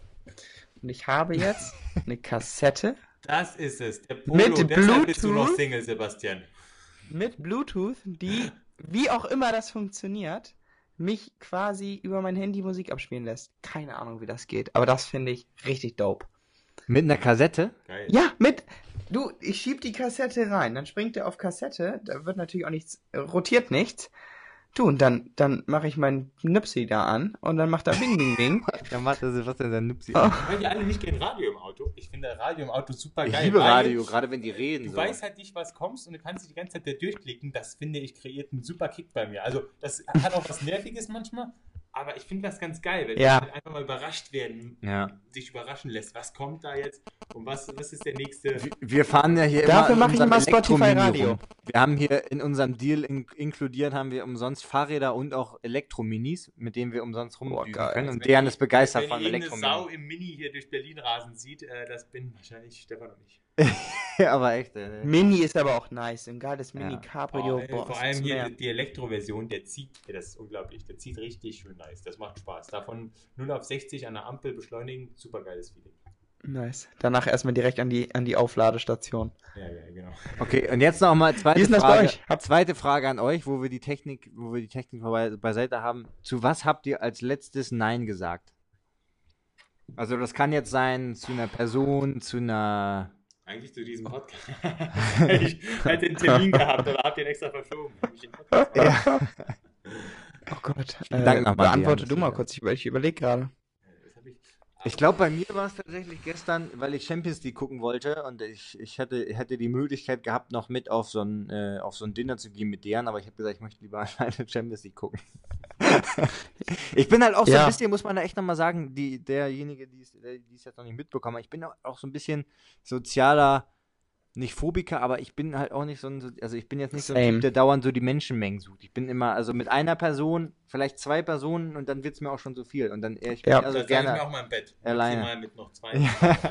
Und ich habe jetzt eine Kassette Das ist es. Der Polo. Mit Deshalb bist du noch Bluetooth? Single, Sebastian. mit Bluetooth, die, wie auch immer das funktioniert, mich quasi über mein Handy Musik abspielen lässt. Keine Ahnung, wie das geht, aber das finde ich richtig dope. Mit einer Kassette? Geil. Ja, ich schieb die Kassette rein, dann springt er auf Kassette, da wird natürlich auch nichts, rotiert nichts. Du, und dann mache ich meinen Nipsi da an und dann macht er Bing, Bing, Bing. Dann macht er was denn sein Nipsi? Weil die alle nicht gern Radio im Auto. Ich finde Radio im Auto super geil. Ich liebe weil Radio, gerade wenn die reden. Du so. weißt halt nicht, was kommst und du kannst dich die ganze Zeit da durchklicken. Das, finde ich, kreiert einen super Kick bei mir. Also das hat auch was Nerviges manchmal, aber ich finde das ganz geil, wenn Ja. man halt einfach mal überrascht werden, Ja. sich überraschen lässt. Was kommt da jetzt und was ist der nächste... Wir fahren ja hier Dafür immer mache ich in unserem immer Spotify Elektromini Radio. rum. Wir haben hier in unserem Deal inkludiert, haben wir umsonst Fahrräder und auch Elektrominis, mit denen wir umsonst rumdüsen geil. können. Und Wenn Dejan ihr- ist begeistert wenn von ihr irgendeine Elektromini. Sau im Mini hier durch Berlin rasen sieht, das bin wahrscheinlich Stefan und ich. Ja, aber echt. Mini ist aber auch nice. Ein geiles Mini Ja. Cabrio. Boah, Vor ist allem das hier mehr. die Elektroversion, der zieht, das ist unglaublich, der zieht richtig schön nice. Das macht Spaß. Davon 0 auf 60 an der Ampel beschleunigen, super geiles Feeling. Nice. Danach erstmal direkt an die Aufladestation. Ja, genau. Okay, und jetzt nochmal Wie ist denn das bei euch? Zweite Frage an euch, wo wir die Technik beiseite haben. Zu was habt ihr als letztes Nein gesagt? Also das kann jetzt sein zu einer Person, zu einer... Eigentlich zu diesem Podcast. Ich hätte einen Termin gehabt, aber habt ihr ihn extra verschoben. Hab ich den Podcast Oh Gott. Dank nochmal, Beantworte Dejan, du mal das- kurz. Ich überlege gerade. Das hab ich- Ich glaube, bei mir war es tatsächlich gestern, weil ich Champions League gucken wollte und ich hätte die Möglichkeit gehabt, noch mit auf so ein Dinner zu gehen mit deren, aber ich habe gesagt, ich möchte lieber alleine Champions League gucken. Ich bin halt auch so Ja. ein bisschen, muss man da echt nochmal sagen, derjenige, die es jetzt noch nicht mitbekommen hat, ich bin auch so ein bisschen sozialer, nicht Phobiker, aber ich bin halt auch nicht so ein, also ich bin jetzt nicht so ein Same. Typ, der dauernd so die Menschenmengen sucht. Ich bin immer, also mit einer Person, vielleicht 2 Personen und dann wird es mir auch schon so viel. Und dann ich bin Ja. also das sage ich mir gerne. auch mal im Bett. alleine. Maximal mit noch 2.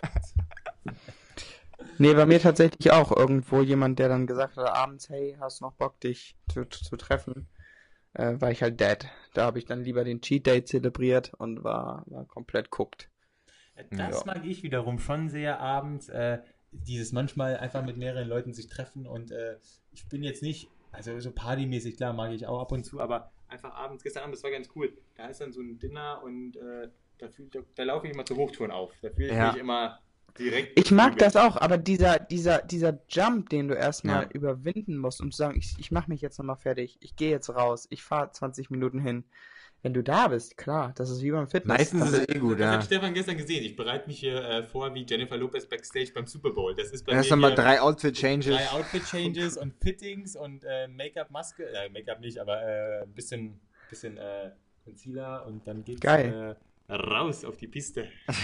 Nee, bei mir tatsächlich auch irgendwo jemand, der dann gesagt hat, abends, hey, hast du noch Bock, dich zu treffen? War ich halt dead. Da habe ich dann lieber den Cheat Day zelebriert und war komplett cooked. Das mag ich wiederum schon sehr abends. Dieses manchmal einfach mit mehreren Leuten sich treffen und ich bin jetzt nicht, also so partymäßig, klar, mag ich auch ab und zu, aber einfach abends, gestern Abend, das war ganz cool. Da ist dann so ein Dinner und da laufe ich immer zu Hochtouren auf. Da fühle ich Ja. mich immer direkt. Ich mag übel. das auch, aber dieser Jump, den du erstmal Ja. überwinden musst, um zu sagen, ich mache mich jetzt nochmal fertig, ich gehe jetzt raus, ich fahre 20 Minuten hin. Wenn du da bist, klar, das ist wie beim Fitness. Meistens ist es gut, Das ja. hat Stefan gestern gesehen. Ich bereite mich hier vor wie Jennifer Lopez Backstage beim Super Bowl. Das ist bei Erst mir einmal hier 3 Outfit-Changes. 3 Outfit-Changes und Fittings und Make-up, Maske. Make-up nicht, aber ein bisschen Concealer und dann geht's Geil. Raus auf die Piste.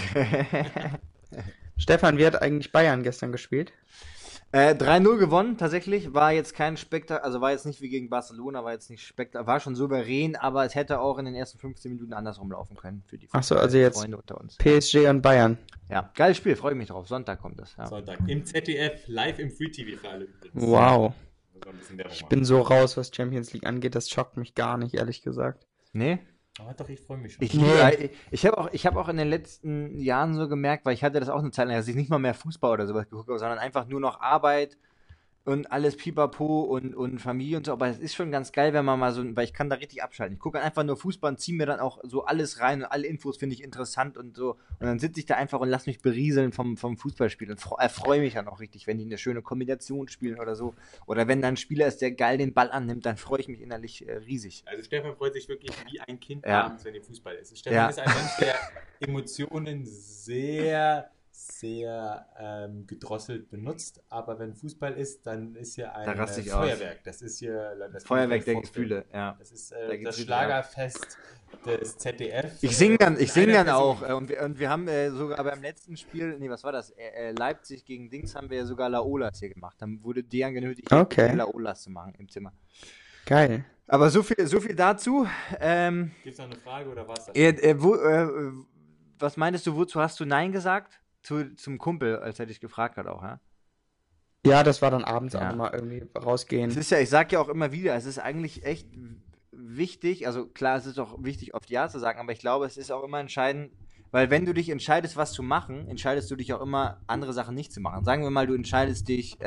Stefan, wie hat eigentlich Bayern gestern gespielt? 3-0 gewonnen, tatsächlich. War jetzt kein Spektakel, also war jetzt nicht wie gegen Barcelona, war jetzt nicht spektakulär, war schon souverän, aber es hätte auch in den ersten 15 Minuten andersrum laufen können für die Ach so, also jetzt Freunde unter uns. PSG und Bayern. Ja, geiles Spiel, freue ich mich drauf. Sonntag kommt das. Ja. Sonntag im ZDF, live im Free TV für alle übrigens. Wow. Also ein bisschen Werbung Ich machen. bin so raus, was Champions League angeht, das schockt mich gar nicht, ehrlich gesagt. Nee? Aber doch, ich freue mich schon. Ich habe auch in den letzten Jahren so gemerkt, weil ich hatte das auch eine Zeit lang, dass ich nicht mal mehr Fußball oder sowas geguckt habe, sondern einfach nur noch Arbeit und alles pipapo und Familie und so. Aber es ist schon ganz geil, wenn man mal so, weil ich kann da richtig abschalten. Ich gucke einfach nur Fußball und ziehe mir dann auch so alles rein und alle Infos finde ich interessant und so. Und dann sitze ich da einfach und lasse mich berieseln vom Fußballspiel und freue mich dann auch richtig, wenn die eine schöne Kombination spielen oder so. Oder wenn dann ein Spieler ist, der geil den Ball annimmt, dann freue ich mich innerlich riesig. Also Stefan freut sich wirklich wie ein Kind Ja. abends, wenn ihr Fußball ist. Stefan Ja. ist ein Mensch, der Emotionen sehr gedrosselt benutzt, aber wenn Fußball ist, dann ist hier ein Da raste ich aus. Feuerwerk. Das ist hier das Feuerwerk der kann ich mir vorstellen. Gefühle, ja. Das ist Da geht's das richtig Schlagerfest des ZDF. Ich sing dann Einer auch. Person. Und wir haben sogar beim letzten Spiel, nee, was war das? Leipzig gegen Dings haben wir ja sogar Laolas hier gemacht. Dann wurde Dejan genötigt, Okay. Laolas zu machen im Zimmer. Geil. Aber so viel dazu. Gibt es noch eine Frage oder was? Was meinst du, wozu hast du Nein gesagt? Zum Kumpel, als er dich gefragt hat auch, ja? Ja, das war dann abends Ja. auch nochmal irgendwie rausgehen. Es ist ja, ich sag ja auch immer wieder, es ist eigentlich echt wichtig, also klar, es ist auch wichtig, oft Ja zu sagen, aber ich glaube, es ist auch immer entscheidend, weil wenn du dich entscheidest, was zu machen, entscheidest du dich auch immer, andere Sachen nicht zu machen. Sagen wir mal, du entscheidest dich,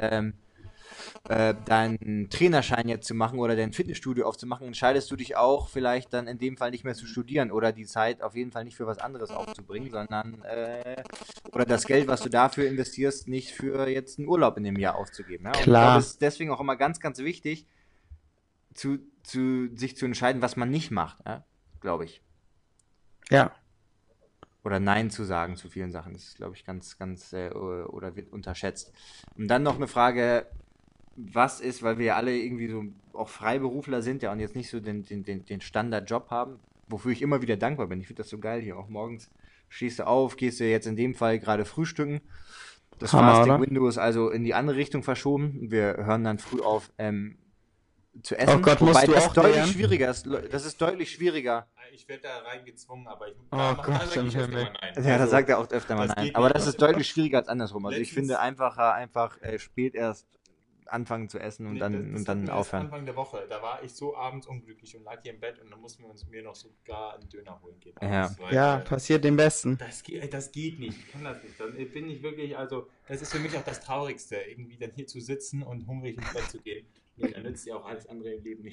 deinen Trainerschein jetzt zu machen oder dein Fitnessstudio aufzumachen, entscheidest du dich auch vielleicht dann in dem Fall nicht mehr zu studieren oder die Zeit auf jeden Fall nicht für was anderes aufzubringen, sondern oder das Geld, was du dafür investierst, nicht für jetzt einen Urlaub in dem Jahr auszugeben. Ja? Und ich Klar. glaube, es ist deswegen auch immer ganz, ganz wichtig, sich zu entscheiden, was man nicht macht, ja? Glaube ich. Ja. Oder Nein zu sagen zu vielen Sachen. Das ist, glaube ich, ganz, ganz, oder wird unterschätzt. Und dann noch eine Frage, was ist, weil wir ja alle irgendwie so auch Freiberufler sind, ja, und jetzt nicht so den Standardjob haben, wofür ich immer wieder dankbar bin. Ich finde das so geil hier. Auch morgens stehst du auf, gehst du jetzt in dem Fall gerade frühstücken. Das Hammer, Fasting oder? Window ist also in die andere Richtung verschoben. Wir hören dann früh auf zu essen. Oh Gott, Wobei musst du das auch deutlich lernen? schwieriger ist. Das ist deutlich schwieriger. Ich werde da reingezwungen, aber ich Gott sag ich im öfter Himmel. mal nein. Ja, da Also, sagt er auch öfter mal das nein. geht Aber nicht. das ist deutlich schwieriger als andersrum. Also ich Letztens- finde einfach spät erst anfangen zu essen und Nee, dann, das und hatten dann wir erst aufhören. Anfang der Woche, da war ich so abends unglücklich und lag hier im Bett und dann mussten wir mir noch sogar einen Döner holen gehen. Ja. abends, weil, Ja, passiert dem Besten. das geht nicht, ich kann das nicht. Dann bin ich wirklich, also das ist für mich auch das Traurigste, irgendwie dann hier zu sitzen und hungrig ins Bett zu gehen. Nee, dann nützt ja auch alles andere im Leben nicht.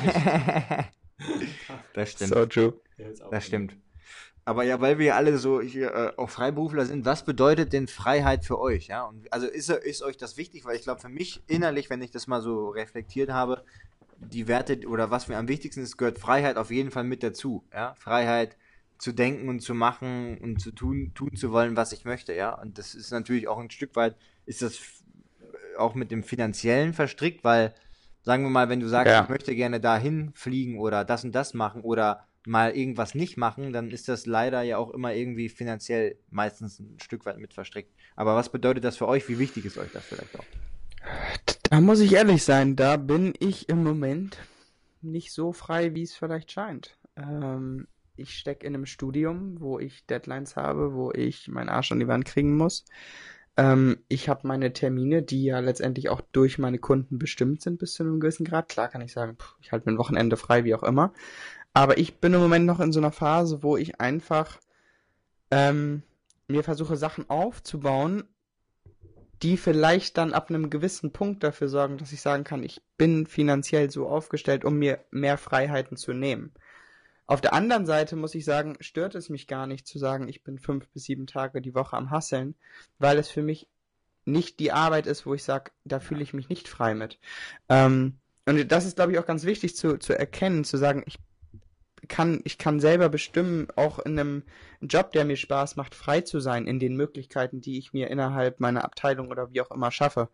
Das stimmt. So true. Ja, ist auch Das so. stimmt. Aber ja, weil wir alle so hier auch Freiberufler sind, was bedeutet denn Freiheit für euch? Ja? Und also ist euch das wichtig? Weil ich glaube, für mich innerlich, wenn ich das mal so reflektiert habe, die Werte oder was mir am wichtigsten ist, gehört Freiheit auf jeden Fall mit dazu. Ja? Freiheit zu denken und zu machen und zu tun zu wollen, was ich möchte. Ja? Und das ist natürlich auch ein Stück weit, ist das auch mit dem Finanziellen verstrickt, weil, sagen wir mal, wenn du sagst, Ja. ich möchte gerne dahin fliegen oder das und das machen oder mal irgendwas nicht machen, dann ist das leider ja auch immer irgendwie finanziell meistens ein Stück weit mit verstrickt. Aber was bedeutet das für euch? Wie wichtig ist euch das vielleicht auch? Da muss ich ehrlich sein, da bin ich im Moment nicht so frei, wie es vielleicht scheint. Ich stecke in einem Studium, wo ich Deadlines habe, wo ich meinen Arsch an die Wand kriegen muss. Ich habe meine Termine, die ja letztendlich auch durch meine Kunden bestimmt sind bis zu einem gewissen Grad. Klar kann ich sagen, ich halte mir ein Wochenende frei, wie auch immer. Aber ich bin im Moment noch in so einer Phase, wo ich einfach mir versuche, Sachen aufzubauen, die vielleicht dann ab einem gewissen Punkt dafür sorgen, dass ich sagen kann, ich bin finanziell so aufgestellt, um mir mehr Freiheiten zu nehmen. Auf der anderen Seite muss ich sagen, stört es mich gar nicht zu sagen, ich bin 5 bis 7 Tage die Woche am Hasseln, weil es für mich nicht die Arbeit ist, wo ich sage, da fühle ich mich nicht frei mit. Und das ist, glaube ich, auch ganz wichtig zu erkennen, zu sagen, ich kann selber bestimmen, auch in einem Job, der mir Spaß macht, frei zu sein in den Möglichkeiten, die ich mir innerhalb meiner Abteilung oder wie auch immer schaffe.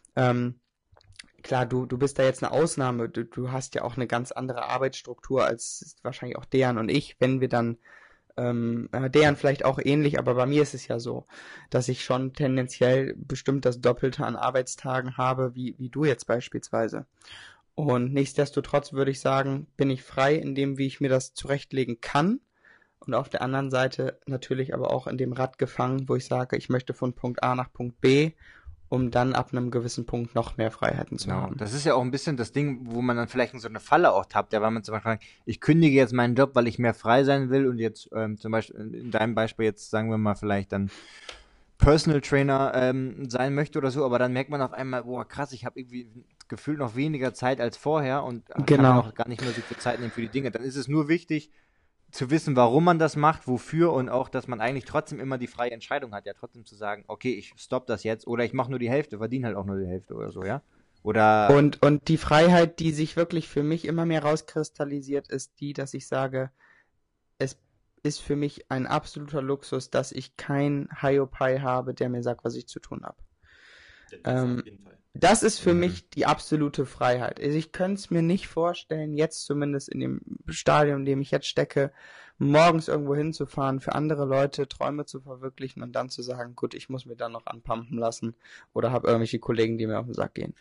Klar, du bist da jetzt eine Ausnahme. Du hast ja auch eine ganz andere Arbeitsstruktur als wahrscheinlich auch Dejan und ich, wenn wir dann Dejan vielleicht auch ähnlich, aber bei mir ist es ja so, dass ich schon tendenziell bestimmt das Doppelte an Arbeitstagen habe, wie du jetzt beispielsweise. Und nichtsdestotrotz würde ich sagen, bin ich frei in dem, wie ich mir das zurechtlegen kann. Und auf der anderen Seite natürlich aber auch in dem Rad gefangen, wo ich sage, ich möchte von Punkt A nach Punkt B, um dann ab einem gewissen Punkt noch mehr Freiheiten zu Genau. haben. Das ist ja auch ein bisschen das Ding, wo man dann vielleicht in so eine Falle auch tappt, ja, weil man zum Beispiel sagt, ich kündige jetzt meinen Job, weil ich mehr frei sein will und jetzt zum Beispiel in deinem Beispiel jetzt sagen wir mal vielleicht dann Personal Trainer sein möchte oder so, aber dann merkt man auf einmal, boah krass, ich habe irgendwie gefühlt noch weniger Zeit als vorher und kann Genau. mir auch gar nicht mehr so viel Zeit nehmen für die Dinge. Dann ist es nur wichtig zu wissen, warum man das macht, wofür und auch, dass man eigentlich trotzdem immer die freie Entscheidung hat, ja trotzdem zu sagen, okay, ich stopp das jetzt oder ich mache nur die Hälfte, verdiene halt auch nur die Hälfte oder so, ja? Oder Und die Freiheit, die sich wirklich für mich immer mehr rauskristallisiert, ist die, dass ich sage, es ist für mich ein absoluter Luxus, dass ich kein Hiopai habe, der mir sagt, was ich zu tun habe. Das auf jeden Fall. Das ist für mich die absolute Freiheit. Also ich könnte es mir nicht vorstellen, jetzt zumindest in dem Stadium, in dem ich jetzt stecke, morgens irgendwo hinzufahren, für andere Leute Träume zu verwirklichen und dann zu sagen, gut, ich muss mir dann noch anpumpen lassen oder habe irgendwelche Kollegen, die mir auf den Sack gehen.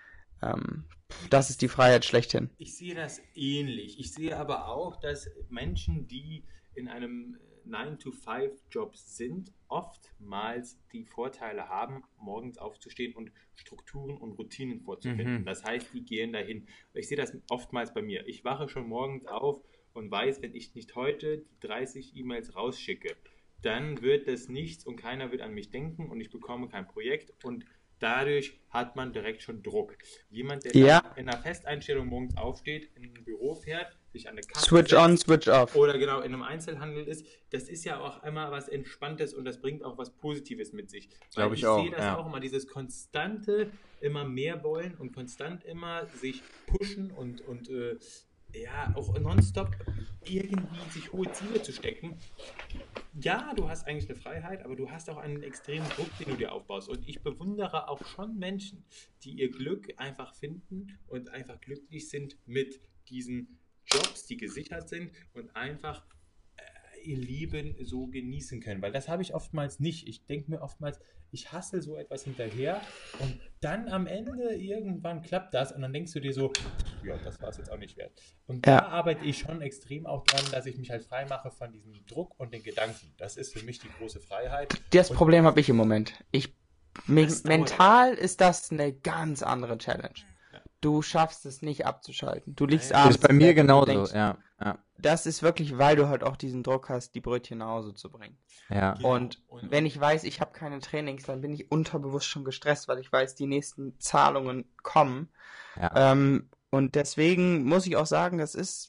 Das ist die Freiheit schlechthin. Ich sehe das ähnlich. Ich sehe aber auch, dass Menschen, die in einem 9-to-5-Job sind, oftmals die Vorteile haben, morgens aufzustehen und Strukturen und Routinen vorzufinden. Das heißt, die gehen dahin. Ich sehe das oftmals bei mir. Ich wache schon morgens auf und weiß, wenn ich nicht heute die 30 E-Mails rausschicke, dann wird das nichts und keiner wird an mich denken und ich bekomme kein Projekt und Dadurch hat man direkt schon Druck. Jemand, der Ja. dann in einer Festeinstellung morgens aufsteht, in ein Büro fährt, sich an eine Kasse Switch on, setzt switch off. oder genau in einem Einzelhandel ist, das ist ja auch immer was Entspanntes und das bringt auch was Positives mit sich. Weil Glaub ich auch, sehe das ja. auch immer, dieses konstante immer mehr wollen und konstant immer sich pushen und ja, auch nonstop irgendwie sich hohe Ziele zu stecken. Ja, du hast eigentlich eine Freiheit, aber du hast auch einen extremen Druck, den du dir aufbaust. Und ich bewundere auch schon Menschen, die ihr Glück einfach finden und einfach glücklich sind mit diesen Jobs, die gesichert sind und einfach ihr Leben so genießen können. Weil das habe ich oftmals nicht. Ich denke mir oftmals, ich hassle so etwas hinterher und dann am Ende irgendwann klappt das und dann denkst du dir so, ja, das war es jetzt auch nicht wert. Und Ja. da arbeite ich schon extrem auch dran, dass ich mich halt frei mache von diesem Druck und den Gedanken. Das ist für mich die große Freiheit. Das Und Problem habe ich im Moment. Das dauert. Mental ist das eine ganz andere Challenge. Du schaffst es nicht abzuschalten. Du liegst Ja, abends Ist bei im mir Bett und genauso, denkst, ja. das ist wirklich, weil du halt auch diesen Druck hast, die Brötchen nach Hause zu bringen. Ja. Genau. Und wenn ich weiß, ich habe keine Trainings, dann bin ich unterbewusst schon gestresst, weil ich weiß, die nächsten Zahlungen kommen. Ja. Und deswegen muss ich auch sagen, das ist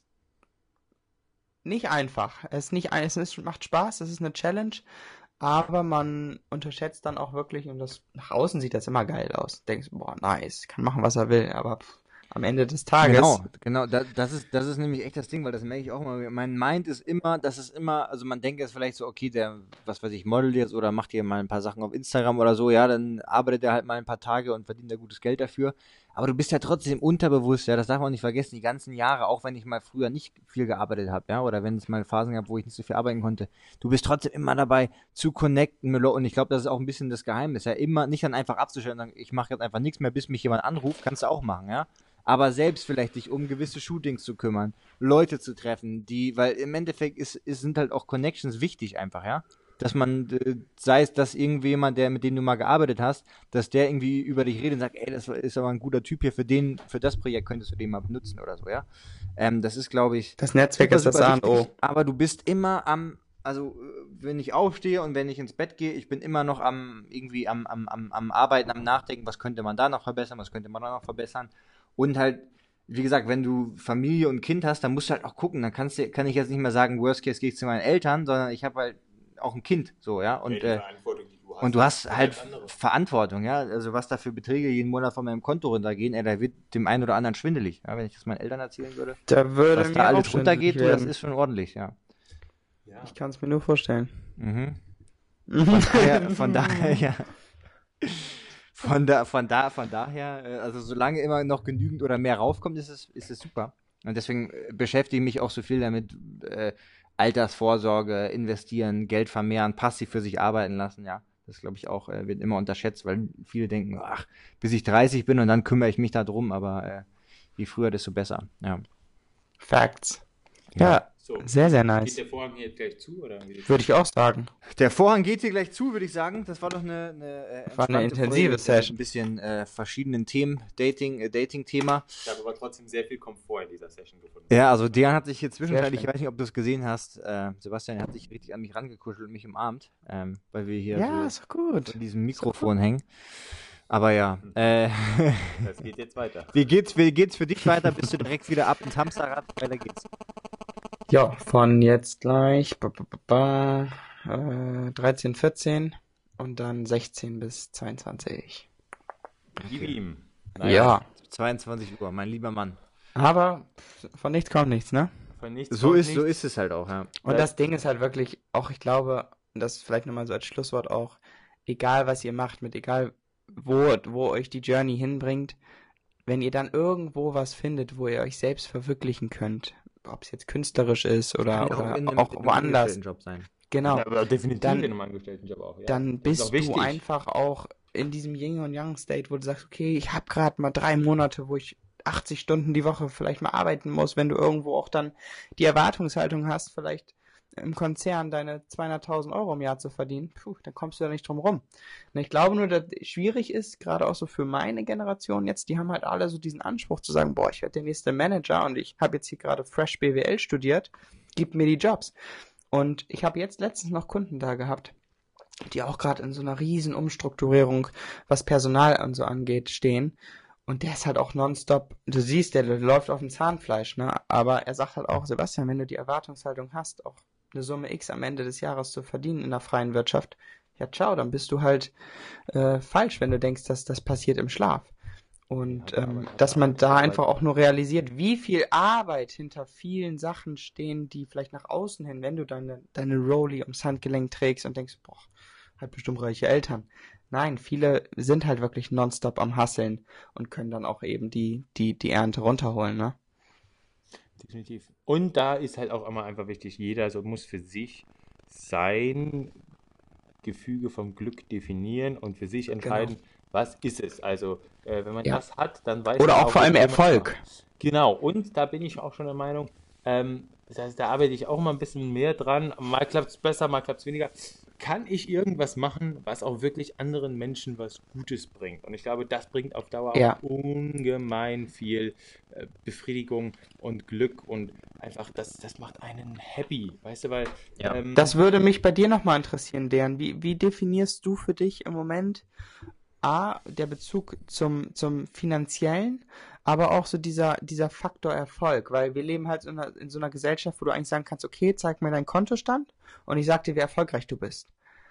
nicht einfach. Macht Spaß, es ist eine Challenge, aber man unterschätzt dann auch wirklich, und das nach außen sieht das immer geil aus. Denkst, boah, nice, kann machen, was er will, aber am Ende des Tages. Genau, das ist nämlich echt das Ding, weil das merke ich auch immer. Mein Mind ist immer, also man denkt jetzt vielleicht so, okay, der, was weiß ich, modelt jetzt oder macht hier mal ein paar Sachen auf Instagram oder so, ja, dann arbeitet er halt mal ein paar Tage und verdient da gutes Geld dafür. Aber du bist ja trotzdem unterbewusst, ja, das darf man nicht vergessen, die ganzen Jahre, auch wenn ich mal früher nicht viel gearbeitet habe, ja, oder wenn es mal Phasen gab, wo ich nicht so viel arbeiten konnte, du bist trotzdem immer dabei zu connecten mit Leuten und ich glaube, das ist auch ein bisschen das Geheimnis, ja, immer nicht dann einfach abzustellen und sagen, ich mache jetzt einfach nichts mehr, bis mich jemand anruft, kannst du auch machen, ja. Aber selbst vielleicht dich um gewisse Shootings zu kümmern, Leute zu treffen, weil im Endeffekt sind halt auch Connections wichtig einfach, ja. Dass man, sei es, dass irgendjemand, mit dem du mal gearbeitet hast, dass der irgendwie über dich redet und sagt, ey, das ist aber ein guter Typ hier für das Projekt könntest du den mal benutzen oder so, ja. Das ist, glaube ich, Das Netzwerk super, ist das super A und O. wichtig, aber du bist immer also wenn ich aufstehe und wenn ich ins Bett gehe, ich bin immer noch am Arbeiten, am Nachdenken, was könnte man da noch verbessern, was könnte man da noch verbessern. Und halt, wie gesagt, wenn du Familie und Kind hast, dann musst du halt auch gucken. Dann kann ich jetzt nicht mehr sagen, Worst Case gehe ich zu meinen Eltern, sondern ich habe halt auch ein Kind, so, ja. Und, die Verantwortung, die du hast, und du hast ist halt eine andere. Verantwortung, ja. Also was da für Beträge jeden Monat von meinem Konto runtergehen, da wird dem einen oder anderen schwindelig, ja, wenn ich das meinen Eltern erzählen würde. Da würde Was mir da auch alles runtergeht, schwindelig das werden. ist schon ordentlich, ja. Ja. Ich kann es mir nur vorstellen. Mhm. Von daher, ja. Von daher, also solange immer noch genügend oder mehr raufkommt, ist es super. Und deswegen beschäftige ich mich auch so viel damit, Altersvorsorge, investieren, Geld vermehren, passiv für sich arbeiten lassen, ja. Das glaube ich auch, wird immer unterschätzt, weil viele denken, ach, bis ich 30 bin und dann kümmere ich mich da drum, aber je früher, desto besser, ja. Facts. Ja, So, sehr, sehr geht nice. der Vorhang hier jetzt gleich zu? Oder wie? Würde ich auch sagen. Der Vorhang geht hier gleich zu, würde ich sagen. Das war doch eine War eine entspannte intensive Folge mit, Session. ein bisschen verschiedenen Themen, Dating-Thema. Ich habe aber trotzdem sehr viel Komfort in dieser Session gefunden. Ja, also Dejan hat sich hier zwischenzeitlich, schön. ich weiß nicht, ob du es gesehen hast, Sebastian hat sich richtig an mich rangekuschelt und mich umarmt, weil wir hier Ja, so ist doch gut. an diesem Mikrofon hängen. Aber ja, Das geht jetzt weiter. wie geht's für dich weiter? Bist du direkt wieder ab ins Hamsterrad? Weiter geht's. Ja, von jetzt gleich 13, 14 und dann 16 bis 22. Gib ihm. Ja, 22 Uhr, mein lieber Mann. aber von nichts kommt nichts, ne? Von nichts So kommt ist nichts. es halt auch, ja. Und das Ding ist halt wirklich, auch ich glaube, das vielleicht nochmal so als Schlusswort auch, egal was ihr macht, egal wo euch die Journey hinbringt, wenn ihr dann irgendwo was findet, wo ihr euch selbst verwirklichen könnt, ob es jetzt künstlerisch ist oder auch woanders, Job sein. genau, Ja, aber definitiv Dann- in einem Angestelltenjob auch. Ja. dann Das ist bist auch du wichtig. einfach auch in diesem Yin und Yang State, wo du sagst, okay, ich habe gerade mal 3 Monate, wo ich 80 Stunden die Woche vielleicht mal arbeiten muss, wenn du irgendwo auch dann die Erwartungshaltung hast, vielleicht im Konzern deine 200.000 Euro im Jahr zu verdienen, dann kommst du da nicht drum rum. Und ich glaube nur, dass schwierig ist, gerade auch so für meine Generation jetzt, die haben halt alle so diesen Anspruch zu sagen, boah, ich werde der nächste Manager und ich habe jetzt hier gerade fresh BWL studiert, gib mir die Jobs. Und ich habe jetzt letztens noch Kunden da gehabt, die auch gerade in so einer riesen Umstrukturierung, was Personal und so angeht, stehen. Und der ist halt auch nonstop, du siehst, der läuft auf dem Zahnfleisch, ne? Aber er sagt halt auch, Sebastian, wenn du die Erwartungshaltung hast, auch eine Summe X am Ende des Jahres zu verdienen in der freien Wirtschaft, ja ciao, dann bist du halt falsch, wenn du denkst, dass das passiert im Schlaf. Und dass man da einfach auch nur realisiert, wie viel Arbeit hinter vielen Sachen stehen, die vielleicht nach außen hin, wenn du deine Rolli ums Handgelenk trägst und denkst, boah, hat bestimmt reiche Eltern. Nein, viele sind halt wirklich nonstop am Hasseln und können dann auch eben die Ernte runterholen, ne? Definitiv. Und da ist halt auch immer einfach wichtig, jeder muss für sich sein Gefüge vom Glück definieren und für sich entscheiden, was ist es. Also, wenn man Ja. das hat, dann weiß Oder man auch vor allem wohin man Erfolg. macht. Genau, und da bin ich auch schon der Meinung, das heißt, da arbeite ich auch mal ein bisschen mehr dran. Mal klappt es besser, mal klappt es weniger. Kann ich irgendwas machen, was auch wirklich anderen Menschen was Gutes bringt? Und ich glaube, das bringt auf Dauer auch Ja. ungemein viel Befriedigung und Glück und einfach, das macht einen happy, weißt du, weil Das würde mich bei dir nochmal interessieren, Dejan. Wie definierst du für dich im Moment der Bezug zum Finanziellen, aber auch so dieser Faktor Erfolg? Weil wir leben halt in so einer Gesellschaft, wo du eigentlich sagen kannst, okay, zeig mir deinen Kontostand und ich sag dir, wie erfolgreich du bist.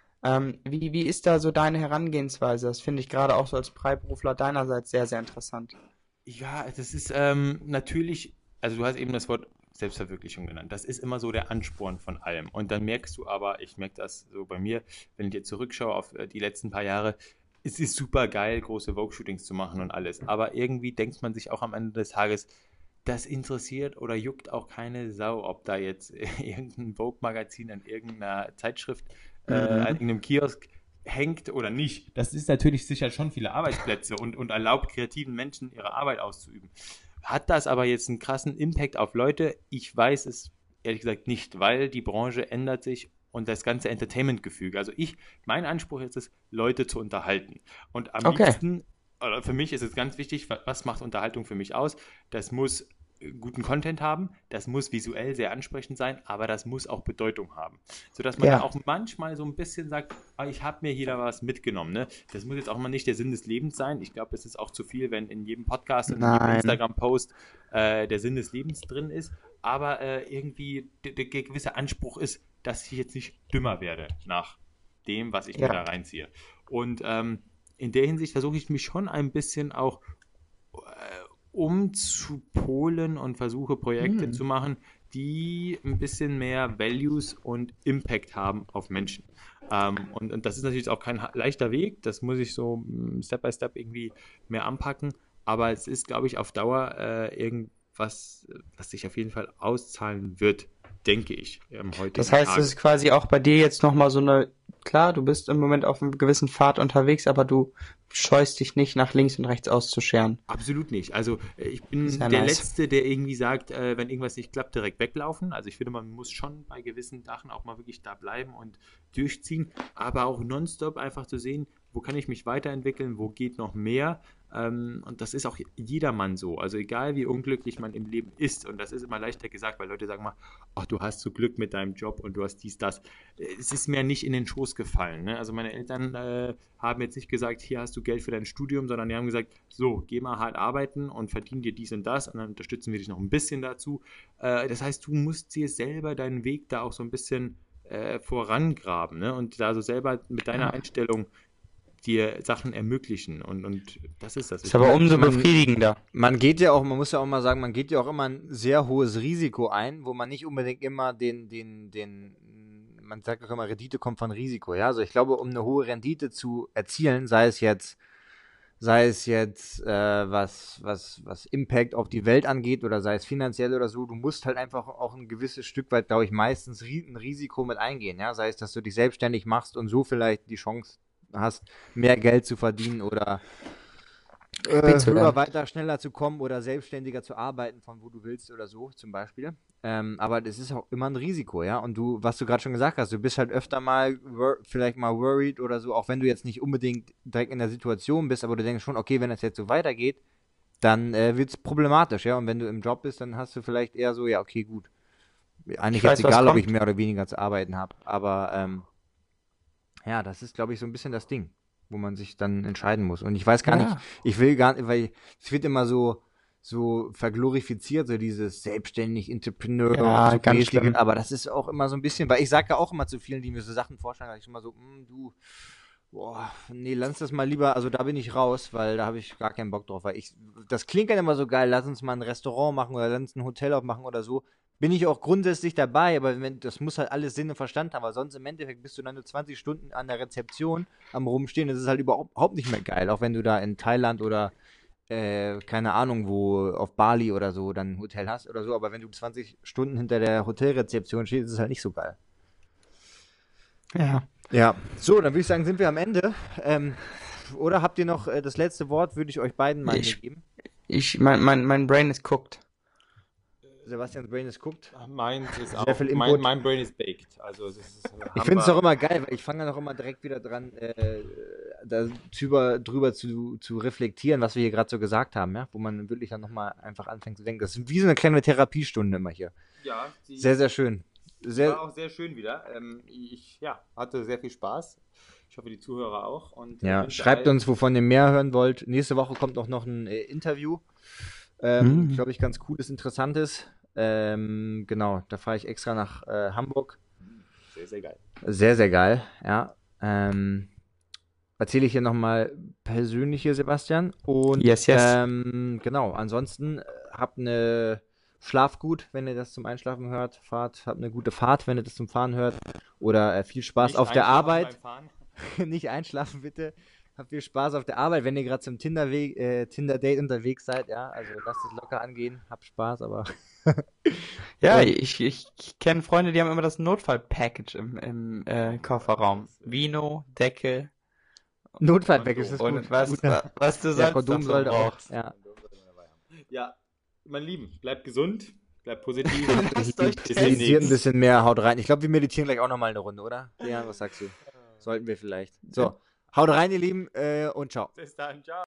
Wie ist da so deine Herangehensweise? Das finde ich gerade auch so als Freiberufler deinerseits sehr, sehr interessant. ja, das ist natürlich, also du hast eben das Wort Selbstverwirklichung genannt. Das ist immer so der Ansporn von allem. Und dann merkst du aber, ich merke das so bei mir, wenn ich jetzt zurückschaue auf die letzten paar Jahre, es ist super geil, große Vogue-Shootings zu machen und alles. Aber irgendwie denkt man sich auch am Ende des Tages, das interessiert oder juckt auch keine Sau, ob da jetzt irgendein Vogue-Magazin an irgendeiner Zeitschrift, an irgendeinem Kiosk hängt oder nicht. Das ist natürlich sicher schon viele Arbeitsplätze und erlaubt kreativen Menschen ihre Arbeit auszuüben. Hat das aber jetzt einen krassen Impact auf Leute? Ich weiß es ehrlich gesagt nicht, weil die Branche ändert sich und das ganze Entertainment-Gefüge. Also mein Anspruch ist es, Leute zu unterhalten. Und am Okay. liebsten, oder für mich ist es ganz wichtig, was macht Unterhaltung für mich aus? Das muss guten Content haben, das muss visuell sehr ansprechend sein, aber das muss auch Bedeutung haben. Sodass man Ja. dann auch manchmal so ein bisschen sagt, ich habe mir hier da was mitgenommen. Ne? Das muss jetzt auch mal nicht der Sinn des Lebens sein. Ich glaube, es ist auch zu viel, wenn in jedem Podcast und in jedem Nein. Instagram-Post der Sinn des Lebens drin ist. Aber irgendwie der gewisse Anspruch ist, dass ich jetzt nicht dümmer werde nach dem, was ich mir Ja. da reinziehe. Und in der Hinsicht versuche ich mich schon ein bisschen auch umzupolen und versuche Projekte zu machen, die ein bisschen mehr Values und Impact haben auf Menschen. Und das ist natürlich auch kein leichter Weg, das muss ich so Step by Step irgendwie mehr anpacken, aber es ist, glaube ich, auf Dauer irgendwas, was sich auf jeden Fall auszahlen wird, denke ich, im heutigen Das heißt, Tag. es ist quasi auch bei dir jetzt nochmal so eine, klar, du bist im Moment auf einem gewissen Pfad unterwegs, aber du scheust dich nicht nach links und rechts auszuscheren. Absolut nicht. Also ich bin Sehr der nice. Letzte, der irgendwie sagt, wenn irgendwas nicht klappt, direkt weglaufen. Also ich finde, man muss schon bei gewissen Sachen auch mal wirklich da bleiben und durchziehen, aber auch nonstop einfach zu sehen, wo kann ich mich weiterentwickeln, wo geht noch mehr. Und das ist auch jedermann so. Also egal wie unglücklich man im Leben ist, und das ist immer leichter gesagt, weil Leute sagen mal, ach, du hast so Glück mit deinem Job und du hast dies, das. Es ist mir nicht in den Schoß gefallen. Ne? Also meine Eltern haben jetzt nicht gesagt, hier hast du Geld für dein Studium, sondern die haben gesagt, so, geh mal hart arbeiten und verdien dir dies und das und dann unterstützen wir dich noch ein bisschen dazu. Das heißt, du musst dir selber deinen Weg da auch so ein bisschen vorangraben, ne? Und da so selber mit deiner Einstellung dir Sachen ermöglichen und das ist das. Ist aber umso befriedigender. Man geht ja auch, man muss ja auch mal sagen, man geht ja auch immer ein sehr hohes Risiko ein, wo man nicht unbedingt immer man sagt auch immer, Rendite kommt von Risiko, ja. Also ich glaube, um eine hohe Rendite zu erzielen, sei es jetzt was Impact auf die Welt angeht oder sei es finanziell oder so, du musst halt einfach auch ein gewisses Stück weit, glaube ich, meistens ein Risiko mit eingehen, ja. Sei es, dass du dich selbstständig machst und so vielleicht die Chance hast, mehr Geld zu verdienen oder höher, weiter, schneller zu kommen oder selbstständiger zu arbeiten, von wo du willst oder so zum Beispiel. Aber das ist auch immer ein Risiko, ja. Und du, was du gerade schon gesagt hast, du bist halt öfter mal vielleicht mal worried oder so, auch wenn du jetzt nicht unbedingt direkt in der Situation bist, aber du denkst schon, okay, wenn das jetzt so weitergeht, dann wird es problematisch, ja. Und wenn du im Job bist, dann hast du vielleicht eher so, ja, okay, gut. Eigentlich Ich weiß, jetzt egal, was ob ich kommt. mehr oder weniger zu arbeiten habe, aber Ja, das ist, glaube ich, so ein bisschen das Ding, wo man sich dann entscheiden muss. Und ich weiß gar Ja. nicht, ich will gar nicht, weil es wird immer so verglorifiziert, so dieses selbstständig Entrepreneur Ja, und so ganz mäßige, schlimm. aber das ist auch immer so ein bisschen, weil ich sage ja auch immer zu vielen, die mir so Sachen vorschlagen, sag ich immer so, du, boah, nee, lass das mal lieber, also da bin ich raus, weil da habe ich gar keinen Bock drauf, weil das klingt dann immer so geil, lass uns mal ein Restaurant machen oder lass uns ein Hotel aufmachen oder so, bin ich auch grundsätzlich dabei, aber das muss halt alles Sinn und Verstand haben, weil sonst im Endeffekt bist du dann nur 20 Stunden an der Rezeption am Rumstehen, das ist halt überhaupt nicht mehr geil, auch wenn du da in Thailand oder keine Ahnung wo, auf Bali oder so dann ein Hotel hast oder so, aber wenn du 20 Stunden hinter der Hotelrezeption stehst, ist es halt nicht so geil. Ja. Ja, so, dann würde ich sagen, sind wir am Ende. Oder habt ihr noch das letzte Wort, würde ich euch beiden mal Ich- geben. Mein Brain ist cooked. Sebastians Brain ist guckt. Meins ist Sehr auch, viel Input. mein Brain ist baked. Also es ist, Ich finde es auch immer geil, weil ich fange dann auch immer direkt wieder dran, drüber zu reflektieren, was wir hier gerade so gesagt haben, ja? Wo man wirklich dann nochmal einfach anfängt zu denken. Das ist wie so eine kleine Therapiestunde immer hier. Ja, die Sehr, sehr schön. war auch sehr schön wieder. Ich hatte sehr viel Spaß. Ich hoffe, die Zuhörer auch. Und, Ja, wünsche schreibt allen- uns, wovon ihr mehr hören wollt. Nächste Woche kommt noch ein Interview. Glaube ich, ganz cooles, interessantes. Genau, da fahre ich extra nach Hamburg. Sehr, sehr geil. Sehr, sehr geil, ja. Erzähle ich hier nochmal persönlich hier, Sebastian. Und Yes, yes. genau, ansonsten schlaft gut, wenn ihr das zum Einschlafen hört. Habt eine gute Fahrt, wenn ihr das zum Fahren hört. Oder viel Spaß Nicht auf der einschlafen Arbeit. beim Fahren. Nicht einschlafen, bitte. Habt viel Spaß auf der Arbeit, wenn ihr gerade zum Tinder-Date unterwegs seid, ja. Also lasst es locker angehen, habt Spaß, aber Ja, Und- ich kenne Freunde, die haben immer das Notfall-Package im Kofferraum. Vino, Decke Notfallweg ist das und gut. was du Der sonst Kondom noch so sollte auch. brauchst. Ja. Ja, mein Lieben, bleibt gesund, bleibt positiv. Lasst euch Bis testen. Meditiert ein bisschen mehr, haut rein. Ich glaube, wir meditieren gleich auch nochmal eine Runde, oder? Ja, was sagst du? Sollten wir vielleicht. So, haut rein, ihr Lieben, und ciao. Bis dann, ciao.